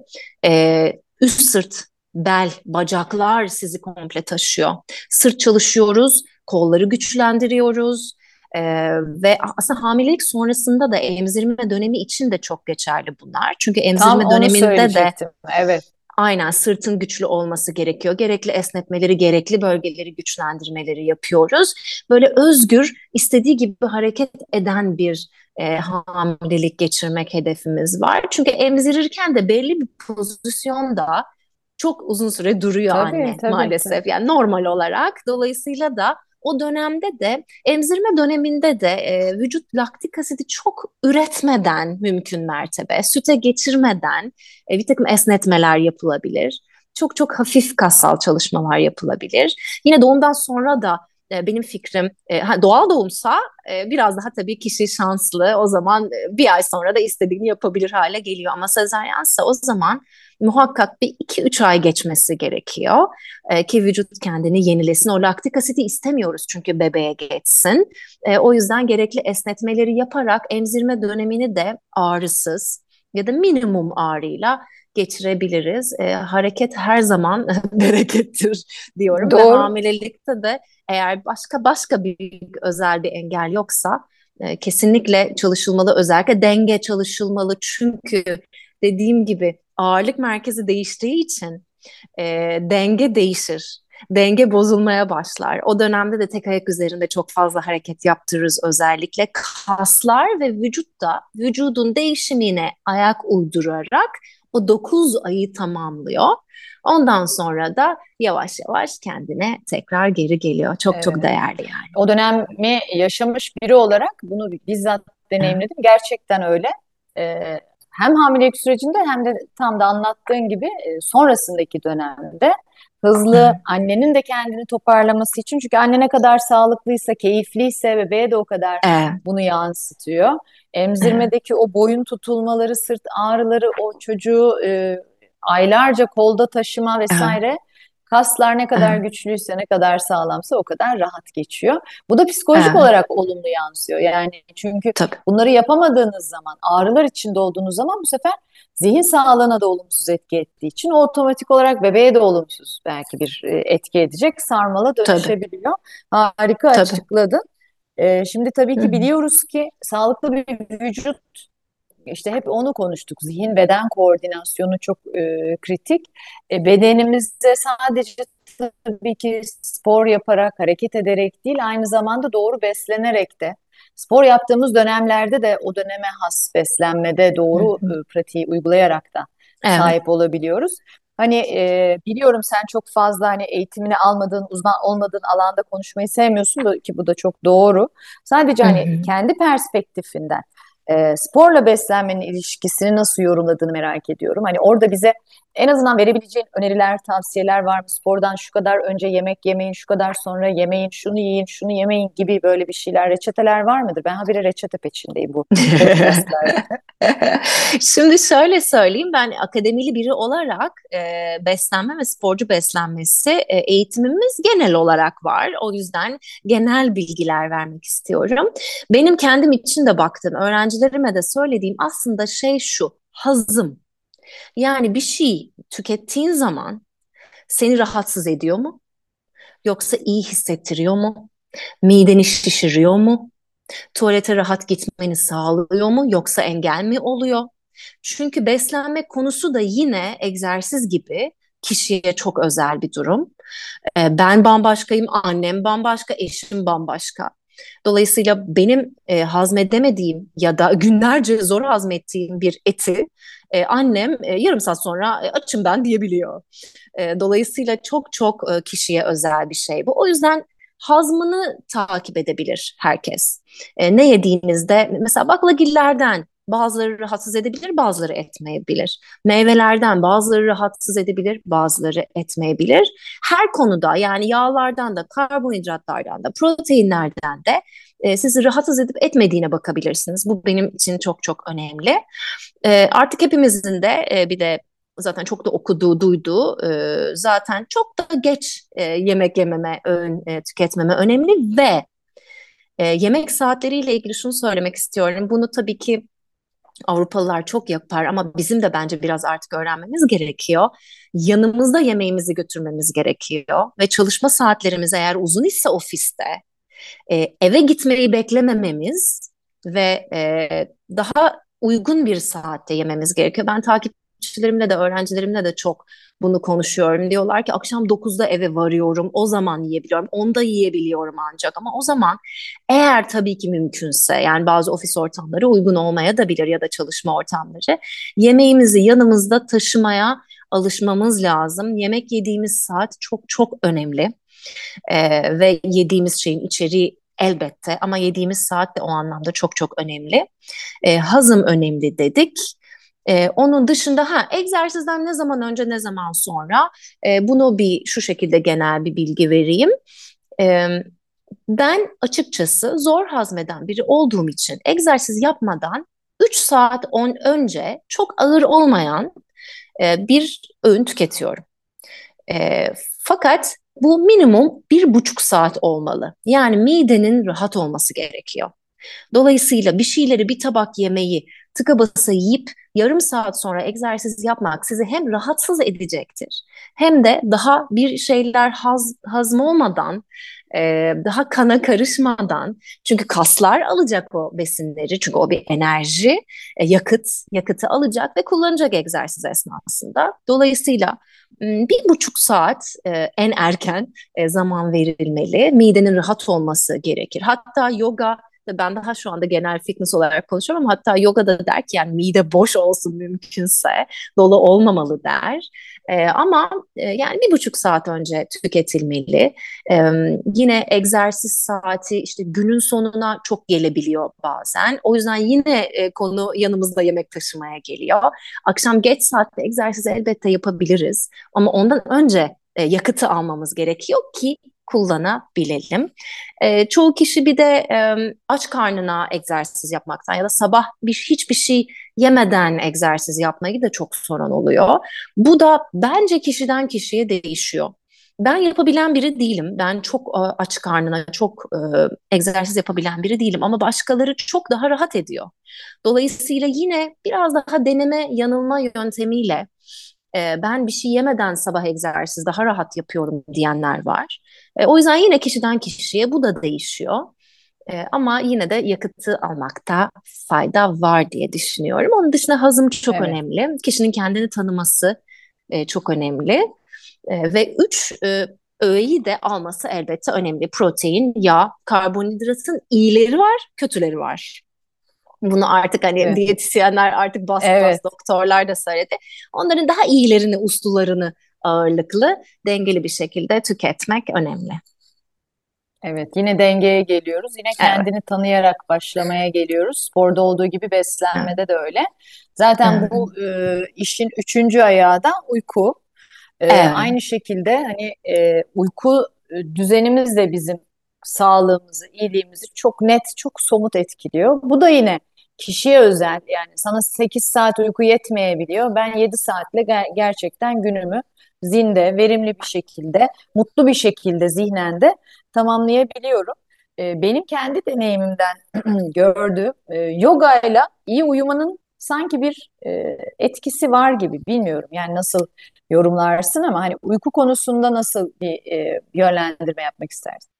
E, üst sırt, bel, bacaklar sizi komple taşıyor. Sırt çalışıyoruz, kolları güçlendiriyoruz. Ee, ve aslında hamilelik sonrasında da emzirme dönemi için de çok geçerli bunlar. Çünkü Tam emzirme onu döneminde de söyleyecektim. Evet. aynen sırtın güçlü olması gerekiyor. Gerekli esnetmeleri, gerekli bölgeleri güçlendirmeleri yapıyoruz. Böyle özgür, istediği gibi hareket eden bir e, hamilelik geçirmek hedefimiz var. Çünkü emzirirken de belli bir pozisyonda çok uzun süre duruyor Tabii, anne tabii, tabii. maalesef. Yani normal olarak. Dolayısıyla da o dönemde de emzirme döneminde de e, vücut laktik asidi çok üretmeden mümkün mertebe, süte geçirmeden e, bir takım esnetmeler yapılabilir. Çok çok hafif kassal çalışmalar yapılabilir. Yine doğumdan sonra da e, benim fikrim e, ha, doğal doğumsa e, biraz daha tabii kişi şanslı. O zaman e, bir ay sonra da istediğini yapabilir hale geliyor. Ama sezaryense o zaman muhakkak bir iki üç ay geçmesi gerekiyor e, ki vücut kendini yenilesin. O laktik asidi istemiyoruz çünkü bebeğe geçsin. E, o yüzden gerekli esnetmeleri yaparak emzirme dönemini de ağrısız ya da minimum ağrıyla geçirebiliriz. E, hareket her zaman berekettir diyorum ve Doğru. hamilelikte de eğer başka başka bir özel bir engel yoksa e, kesinlikle çalışılmalı. Özellikle denge çalışılmalı çünkü dediğim gibi ağırlık merkezi değiştiği için e, denge değişir. Denge bozulmaya başlar. O dönemde de tek ayak üzerinde çok fazla hareket yaptırırız özellikle. Kaslar ve vücut da vücudun değişimine ayak uydurarak o dokuz ayı tamamlıyor. Ondan sonra da yavaş yavaş kendine tekrar geri geliyor. Çok çok Evet. değerli yani. O dönemi yaşamış biri olarak bunu bizzat deneyimledim. Gerçekten öyle. Ee, hem hamilelik sürecinde hem de tam da anlattığın gibi e, sonrasındaki dönemde hızlı annenin de kendini toparlaması için, çünkü anne ne kadar sağlıklıysa, keyifliyse bebeğe de o kadar Evet, bunu yansıtıyor. evet, Emzirmedeki o boyun tutulmaları, sırt ağrıları, o çocuğu e, aylarca kolda taşıma evet, vesaire, kaslar ne kadar evet, güçlüyse, ne kadar sağlamsa o kadar rahat geçiyor. Bu da psikolojik evet. olarak olumlu yansıyor. Yani çünkü Tabii, bunları yapamadığınız zaman, ağrılar içinde olduğunuz zaman bu sefer zihin sağlığına da olumsuz etki ettiği için o otomatik olarak bebeğe de olumsuz belki bir e, etki edecek, sarmala tabii, dönüşebiliyor. Harika tabii. açıkladın. E, şimdi tabii Hı ki hı. biliyoruz ki sağlıklı bir vücut, işte hep onu konuştuk. Zihin beden koordinasyonu çok e, kritik. E, bedenimizde sadece tabii ki spor yaparak, hareket ederek değil, aynı zamanda doğru beslenerek de, spor yaptığımız dönemlerde de o döneme has beslenmede Hı doğru hı. e, pratiği uygulayarak da Evet, sahip olabiliyoruz. Hani e, biliyorum sen çok fazla hani eğitimini almadığın, uzman olmadığın alanda konuşmayı sevmiyorsun da, ki bu da çok doğru. Sadece hı hani hı. kendi perspektifinden e, sporla beslenmenin ilişkisini nasıl yorumladığını merak ediyorum. Hani orada bize en azından verebileceğin öneriler, tavsiyeler var mı? Spordan şu kadar önce yemek yemeyin, şu kadar sonra yemeyin, şunu yiyin, şunu yemeyin gibi böyle bir şeyler, reçeteler var mıdır? Ben habire reçete peşindeyim bu podcastlarda. Şimdi şöyle söyleyeyim, ben akademili biri olarak e, beslenme ve sporcu beslenmesi e, eğitimimiz genel olarak var. O yüzden genel bilgiler vermek istiyorum. Benim kendim için de baktım, öğrencilerime de söylediğim aslında şey şu: hazım. Yani bir şey tükettiğin zaman seni rahatsız ediyor mu? Yoksa iyi hissettiriyor mu? Mideni şişiriyor mu? Tuvalete rahat gitmeni sağlıyor mu yoksa engel mi oluyor? Çünkü beslenme konusu da yine egzersiz gibi kişiye çok özel bir durum. E, ben bambaşkayım, annem bambaşka, eşim bambaşka. Dolayısıyla benim e, hazmedemediğim ya da günlerce zor hazmettiğim bir eti e, annem e, yarım saat sonra e, açım ben diyebiliyor. E, dolayısıyla çok çok e, kişiye özel bir şey bu. O yüzden hazmını takip edebilir herkes. E, ne yediğinizde mesela baklagillerden bazıları rahatsız edebilir, bazıları etmeyebilir. Meyvelerden bazıları rahatsız edebilir, bazıları etmeyebilir. Her konuda yani yağlardan da, karbonhidratlardan da, proteinlerden de e, sizi rahatsız edip etmediğine bakabilirsiniz. Bu benim için çok çok önemli. E, artık hepimizin de e, bir de zaten çok da okuduğu, duyduğu e, zaten çok da geç e, yemek yememe, öğün e, tüketmeme önemli ve e, yemek saatleriyle ilgili şunu söylemek istiyorum. Bunu tabii ki Avrupalılar çok yapar ama bizim de bence biraz artık öğrenmemiz gerekiyor. Yanımızda yemeğimizi götürmemiz gerekiyor ve çalışma saatlerimiz eğer uzun ise ofiste e, eve gitmeyi beklemememiz ve e, daha uygun bir saatte yememiz gerekiyor. Ben takipçilerimle de öğrencilerimle de çok bunu konuşuyorum. Diyorlar ki akşam dokuzda eve varıyorum, o zaman yiyebiliyorum, onda yiyebiliyorum ancak. Ama o zaman eğer tabii ki mümkünse yani bazı ofis ortamları uygun olmaya da bilir ya da çalışma ortamları yemeğimizi yanımızda taşımaya alışmamız lazım. Yemek yediğimiz saat çok çok önemli. Ee, ve yediğimiz şeyin içeriği elbette ama yediğimiz saat de o anlamda çok çok önemli. Ee, hazım önemli dedik. Ee, onun dışında ha egzersizden ne zaman önce ne zaman sonra e, bunu bir şu şekilde genel bir bilgi vereyim. Ee, Ben açıkçası zor hazmeden biri olduğum için egzersiz yapmadan üç saat on önce çok ağır olmayan e, bir öğün tüketiyorum. E, Fakat bu minimum bir buçuk saat olmalı. Yani midenin rahat olması gerekiyor. Dolayısıyla bir şeyleri bir tabak yemeği tıka basa yiyip yarım saat sonra egzersiz yapmak sizi hem rahatsız edecektir hem de daha bir şeyler haz, hazm olmadan e, daha kana karışmadan çünkü kaslar alacak o besinleri çünkü o bir enerji e, yakıt yakıtı alacak ve kullanacak egzersiz esnasında. Dolayısıyla bir buçuk saat e, en erken e, zaman verilmeli. Midenin rahat olması gerekir. Hatta yoga ben daha şu anda genel fitness olarak konuşuyorum ama hatta yoga da der ki yani mide boş olsun mümkünse dolu olmamalı der. Ee, ama e, yani bir buçuk saat önce tüketilmeli. Ee, Yine egzersiz saati işte günün sonuna çok gelebiliyor bazen. O yüzden yine e, konu yanımızda yemek taşımaya geliyor. Akşam geç saatte egzersiz elbette yapabiliriz ama ondan önce e, yakıtı almamız gerekiyor ki kullanabilelim. E, çoğu kişi bir de e, aç karnına egzersiz yapmaktan ya da sabah bir hiçbir şey yemeden egzersiz yapmayı da çok sorun oluyor. Bu da bence kişiden kişiye değişiyor. Ben yapabilen biri değilim. Ben çok e, aç karnına çok e, egzersiz yapabilen biri değilim ama başkaları çok daha rahat ediyor. Dolayısıyla yine biraz daha deneme yanılma yöntemiyle e, ben bir şey yemeden sabah egzersiz daha rahat yapıyorum diyenler var. E, o yüzden yine kişiden kişiye bu da değişiyor. E, ama yine de yakıtı almakta fayda var diye düşünüyorum. Onun dışında hazım çok Evet. önemli. Kişinin kendini tanıması e, çok önemli. E, ve üç e, öğeyi de alması elbette önemli. Protein, yağ, karbonhidratın iyileri var, kötüleri var. Bunu artık hani Evet. diyetisyenler artık bas bas Evet. doktorlar da söyledi. Onların daha iyilerini, uslularını ağırlıklı, dengeli bir şekilde tüketmek önemli. Evet, yine dengeye geliyoruz. Yine Evet, kendini tanıyarak başlamaya geliyoruz. Sporda olduğu gibi evet, beslenmede de öyle. Zaten evet, bu e, işin üçüncü ayağı da uyku. E, evet. aynı şekilde hani e, uyku e, düzenimiz de bizim sağlığımızı, iyiliğimizi çok net, çok somut etkiliyor. Bu da yine kişiye özel. Yani sana sekiz saat uyku yetmeyebiliyor. Ben yedi saatle ger- gerçekten günümü zinde, verimli bir şekilde, mutlu bir şekilde zihnen de tamamlayabiliyorum. E, benim kendi deneyimimden gördüğüm e, yoga ile iyi uyumanın sanki bir e, etkisi var gibi. Bilmiyorum yani nasıl yorumlarsın ama hani uyku konusunda nasıl bir e, yönlendirme yapmak istersin?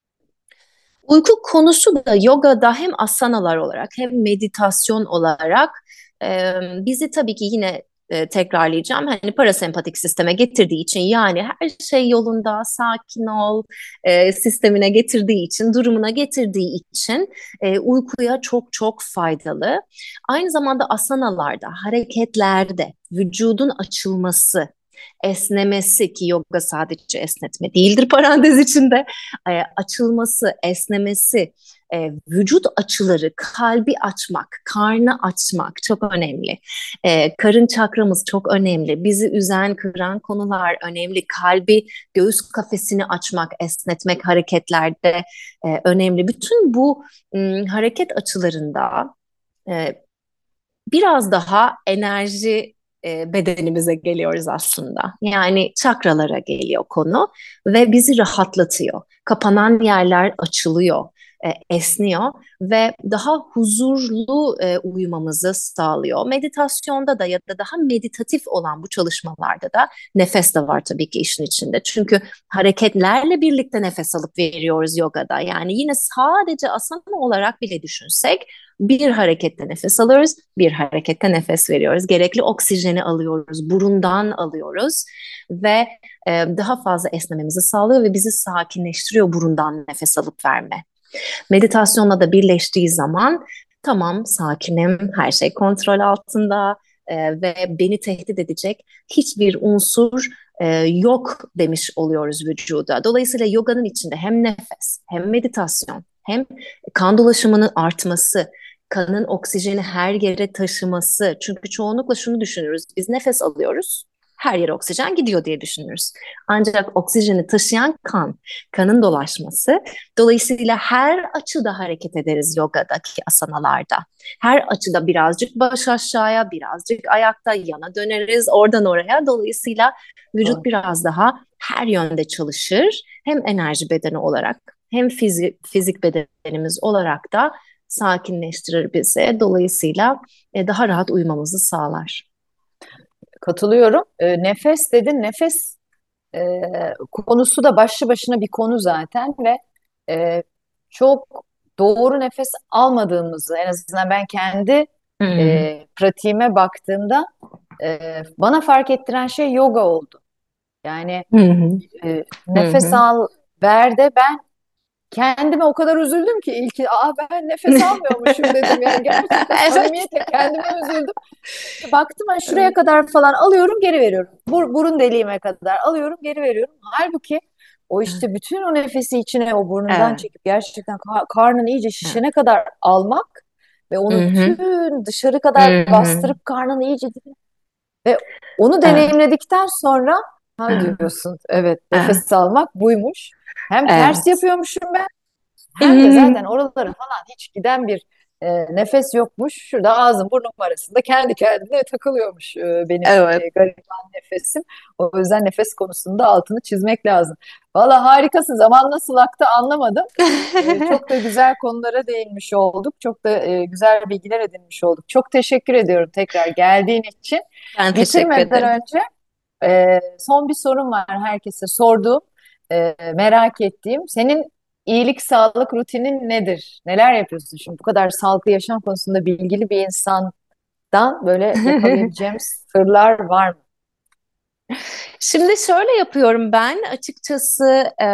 Uyku konusu da yogada hem asanalar olarak hem meditasyon olarak e, bizi tabii ki yine e, tekrarlayacağım. Hani parasempatik sisteme getirdiği için, yani her şey yolunda, sakin ol e, sistemine getirdiği için, durumuna getirdiği için e, uykuya çok çok faydalı. Aynı zamanda asanalarda, hareketlerde vücudun açılması, esnemesi, ki yoga sadece esnetme değildir parantez içinde, e, açılması, esnemesi, e, vücut açıları, kalbi açmak, karnı açmak çok önemli. E, karın çakramız çok önemli. Bizi üzen, kıran konular önemli. Kalbi, göğüs kafesini açmak, esnetmek hareketlerde e, önemli. Bütün bu m, hareket açılarında e, biraz daha enerji e, bedenimize geliyoruz aslında. Yani çakralara geliyor konu ve bizi rahatlatıyor. Kapanan yerler açılıyor, e, esniyor ve daha huzurlu e, uyumamızı sağlıyor. Meditasyonda da ya da daha meditatif olan bu çalışmalarda da nefes de var tabii ki işin içinde. Çünkü hareketlerle birlikte nefes alıp veriyoruz yogada. Yani yine sadece asana olarak bile düşünsek, bir harekette nefes alıyoruz, bir harekette nefes veriyoruz. Gerekli oksijeni alıyoruz, burundan alıyoruz ve e, daha fazla esnememizi sağlıyor ve bizi sakinleştiriyor burundan nefes alıp verme. Meditasyonla da birleştiği zaman tamam, sakinim, her şey kontrol altında e, ve beni tehdit edecek hiçbir unsur e, yok demiş oluyoruz vücuda. Dolayısıyla yoganın içinde hem nefes, hem meditasyon, hem kan dolaşımının artması, kanın oksijeni her yere taşıması. Çünkü çoğunlukla şunu düşünürüz: biz nefes alıyoruz, her yere oksijen gidiyor diye düşünürüz. Ancak oksijeni taşıyan kan, kanın dolaşması. Dolayısıyla her açıda hareket ederiz yogadaki asanalarda. Her açıda birazcık baş aşağıya, birazcık ayakta yana döneriz, oradan oraya. Dolayısıyla vücut biraz daha her yönde çalışır. Hem enerji bedeni olarak, hem fizik, fizik bedenimiz olarak da sakinleştirir bizi. Dolayısıyla e, daha rahat uyumamızı sağlar. Katılıyorum. E, nefes dedin. Nefes e, konusu da başlı başına bir konu zaten ve e, çok doğru nefes almadığımızı, en azından ben kendi Hı hı. e, pratiğime baktığımda e, bana fark ettiren şey yoga oldu. Yani Hı hı. e, Hı nefes hı. al, ver de ben kendime o kadar üzüldüm ki ilk, aa ben nefes almıyormuşum dedim. Yani gerçekten Evet. samimiyetle kendime üzüldüm. Baktım hani şuraya kadar falan alıyorum, geri veriyorum. Bur burun deliğime kadar alıyorum, geri veriyorum. Halbuki o işte bütün o nefesi içine, o burnundan Evet. çekip gerçekten ka- karnın iyice Evet. şişene kadar almak ve Hı onu hı. tüm dışarı kadar Hı hı. bastırıp karnını iyice dibine- ve onu Evet. deneyimledikten sonra ha Evet. diyorsun, evet, Evet. nefes almak buymuş. Hem ters Evet. yapıyormuşum ben, Hı hem de hı. zaten oralara falan hiç giden bir e, nefes yokmuş. Şurada ağzım burnum arasında kendi kendine takılıyormuş e, benim Evet. e, gariban nefesim. O yüzden nefes konusunda altını çizmek lazım. Valla harikasın. Zaman nasıl aktı anlamadım. E, çok da güzel konulara değinmiş olduk. Çok da e, güzel bilgiler edinmiş olduk. Çok teşekkür ediyorum tekrar geldiğin için. Ben teşekkür Bitirmeden ederim. önce ee, son bir sorum var herkese sorduğum, e, merak ettiğim. Senin iyilik sağlık rutinin nedir? Neler yapıyorsun? Şimdi bu kadar sağlıklı yaşam konusunda bilgili bir insandan böyle yakalayabileceğimiz sırlar var mı? Şimdi şöyle yapıyorum ben açıkçası, e,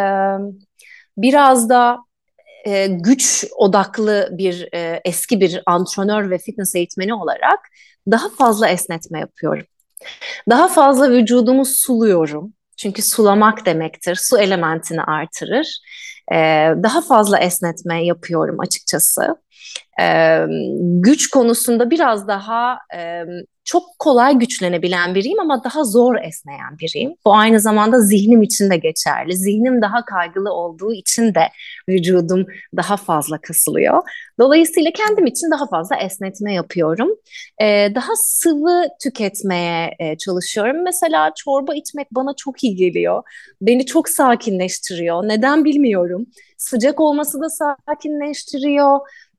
biraz da e, güç odaklı bir e, eski bir antrenör ve fitness eğitmeni olarak daha fazla esnetme yapıyorum. Daha fazla vücudumu suluyorum. Çünkü sulamak demektir. Su elementini artırır. Ee, daha fazla esnetme yapıyorum açıkçası. Ee, Güç konusunda biraz daha e, çok kolay güçlenebilen biriyim ama daha zor esneyen biriyim. Bu aynı zamanda zihnim için de geçerli. Zihnim daha kaygılı olduğu için de vücudum daha fazla kasılıyor. Dolayısıyla kendim için daha fazla esnetme yapıyorum. Ee, daha sıvı tüketmeye e, çalışıyorum. Mesela çorba içmek bana çok iyi geliyor. Beni çok sakinleştiriyor. Neden bilmiyorum. Sıcak olması da sakinleştiriyor.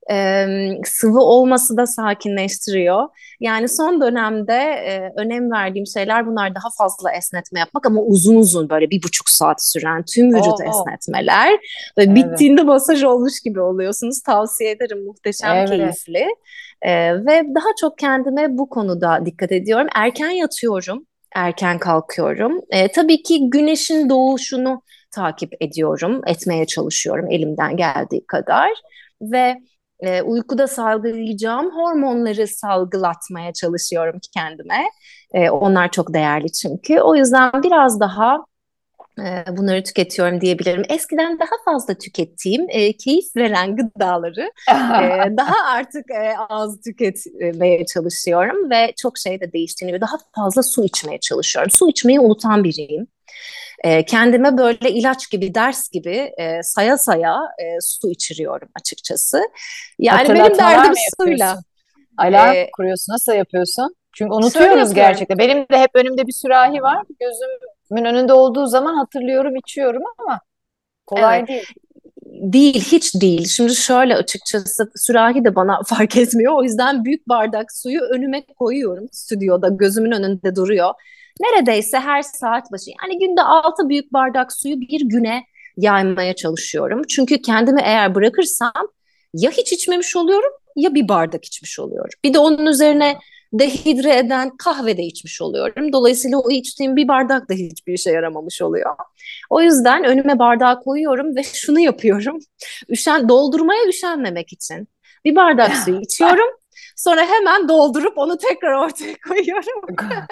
E, sıvı olması da sakinleştiriyor. Yani son dönemde e, önem verdiğim şeyler bunlar, daha fazla esnetme yapmak ama uzun uzun, böyle bir buçuk saat süren tüm vücut Oo, esnetmeler. Ve evet, bittiğinde masaj olmuş gibi oluyorsunuz. Tavsiye ederim, muhteşem evet. keyifli. E, ve daha çok kendime bu konuda dikkat ediyorum. Erken yatıyorum, erken kalkıyorum. E, tabii ki güneşin doğuşunu takip ediyorum, etmeye çalışıyorum elimden geldiği kadar. Ve e, uykuda salgılayacağım hormonları salgılatmaya çalışıyorum kendime. E, onlar çok değerli çünkü. O yüzden biraz daha e, bunları tüketiyorum diyebilirim. Eskiden daha fazla tükettiğim, e, keyif veren gıdaları e, daha artık e, az tüketmeye çalışıyorum ve çok şey de değiştiğini ve daha fazla su içmeye çalışıyorum. Su içmeyi unutan biriyim. E, kendime böyle ilaç gibi, ders gibi e, saya saya e, su içiriyorum açıkçası. Yani benim Hatırlatmalar derdim mı suyla. yapıyorsun? Alarm E, kuruyorsun. Nasıl yapıyorsun? Çünkü şöyle unutuyoruz yapıyorum. gerçekten. Benim de hep önümde bir sürahi var. Gözümün önünde olduğu zaman hatırlıyorum, içiyorum ama Evet. kolay değil. Değil, hiç değil. Şimdi şöyle, açıkçası sürahi de bana fark etmiyor. O yüzden büyük bardak suyu önüme koyuyorum. Stüdyoda gözümün önünde duruyor. Neredeyse her saat başı. Yani günde altı büyük bardak suyu bir güne yaymaya çalışıyorum. Çünkü kendimi eğer bırakırsam ya hiç içmemiş oluyorum ya bir bardak içmiş oluyorum. Bir de onun üzerine dehidre eden kahve de içmiş oluyorum. Dolayısıyla o içtiğim bir bardak da hiçbir işe yaramamış oluyor. O yüzden önüme bardağı koyuyorum ve şunu yapıyorum. Üşen, doldurmaya üşenmemek için. Bir bardak suyu içiyorum. Sonra hemen doldurup onu tekrar ortaya koyuyorum.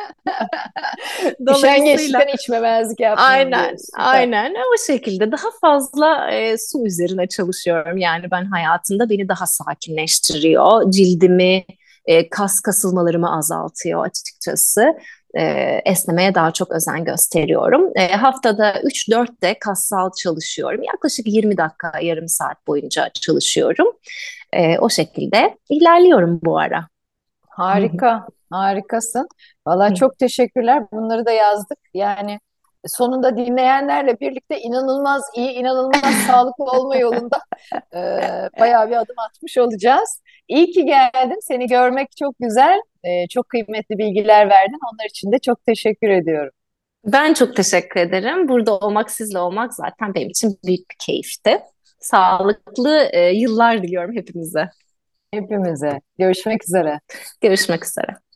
Dolayısıyla Üşengeçlikten içmemezlik yapmayayım aynen, diyoruz. Süper. aynen o şekilde daha fazla e, su üzerine çalışıyorum. Yani ben hayatımda beni daha sakinleştiriyor. Cildimi, e, kas kasılmalarımı azaltıyor açıkçası. E, esnemeye daha çok özen gösteriyorum. E, haftada üç dört de kassal çalışıyorum. Yaklaşık yirmi dakika, yarım saat boyunca çalışıyorum. E, o şekilde ilerliyorum bu ara. Harika, harikasın. Valla çok teşekkürler. Bunları da yazdık. Yani sonunda dinleyenlerle birlikte inanılmaz iyi, inanılmaz sağlıklı olma yolunda e, bayağı bir adım atmış olacağız. İyi ki geldin. Seni görmek çok güzel. E, çok kıymetli bilgiler verdin. Onlar için de çok teşekkür ediyorum. Ben çok teşekkür ederim. Burada olmak, sizle olmak zaten benim için büyük bir keyifti. Sağlıklı e, yıllar diliyorum hepimize. Hepimize. Görüşmek üzere. Görüşmek üzere.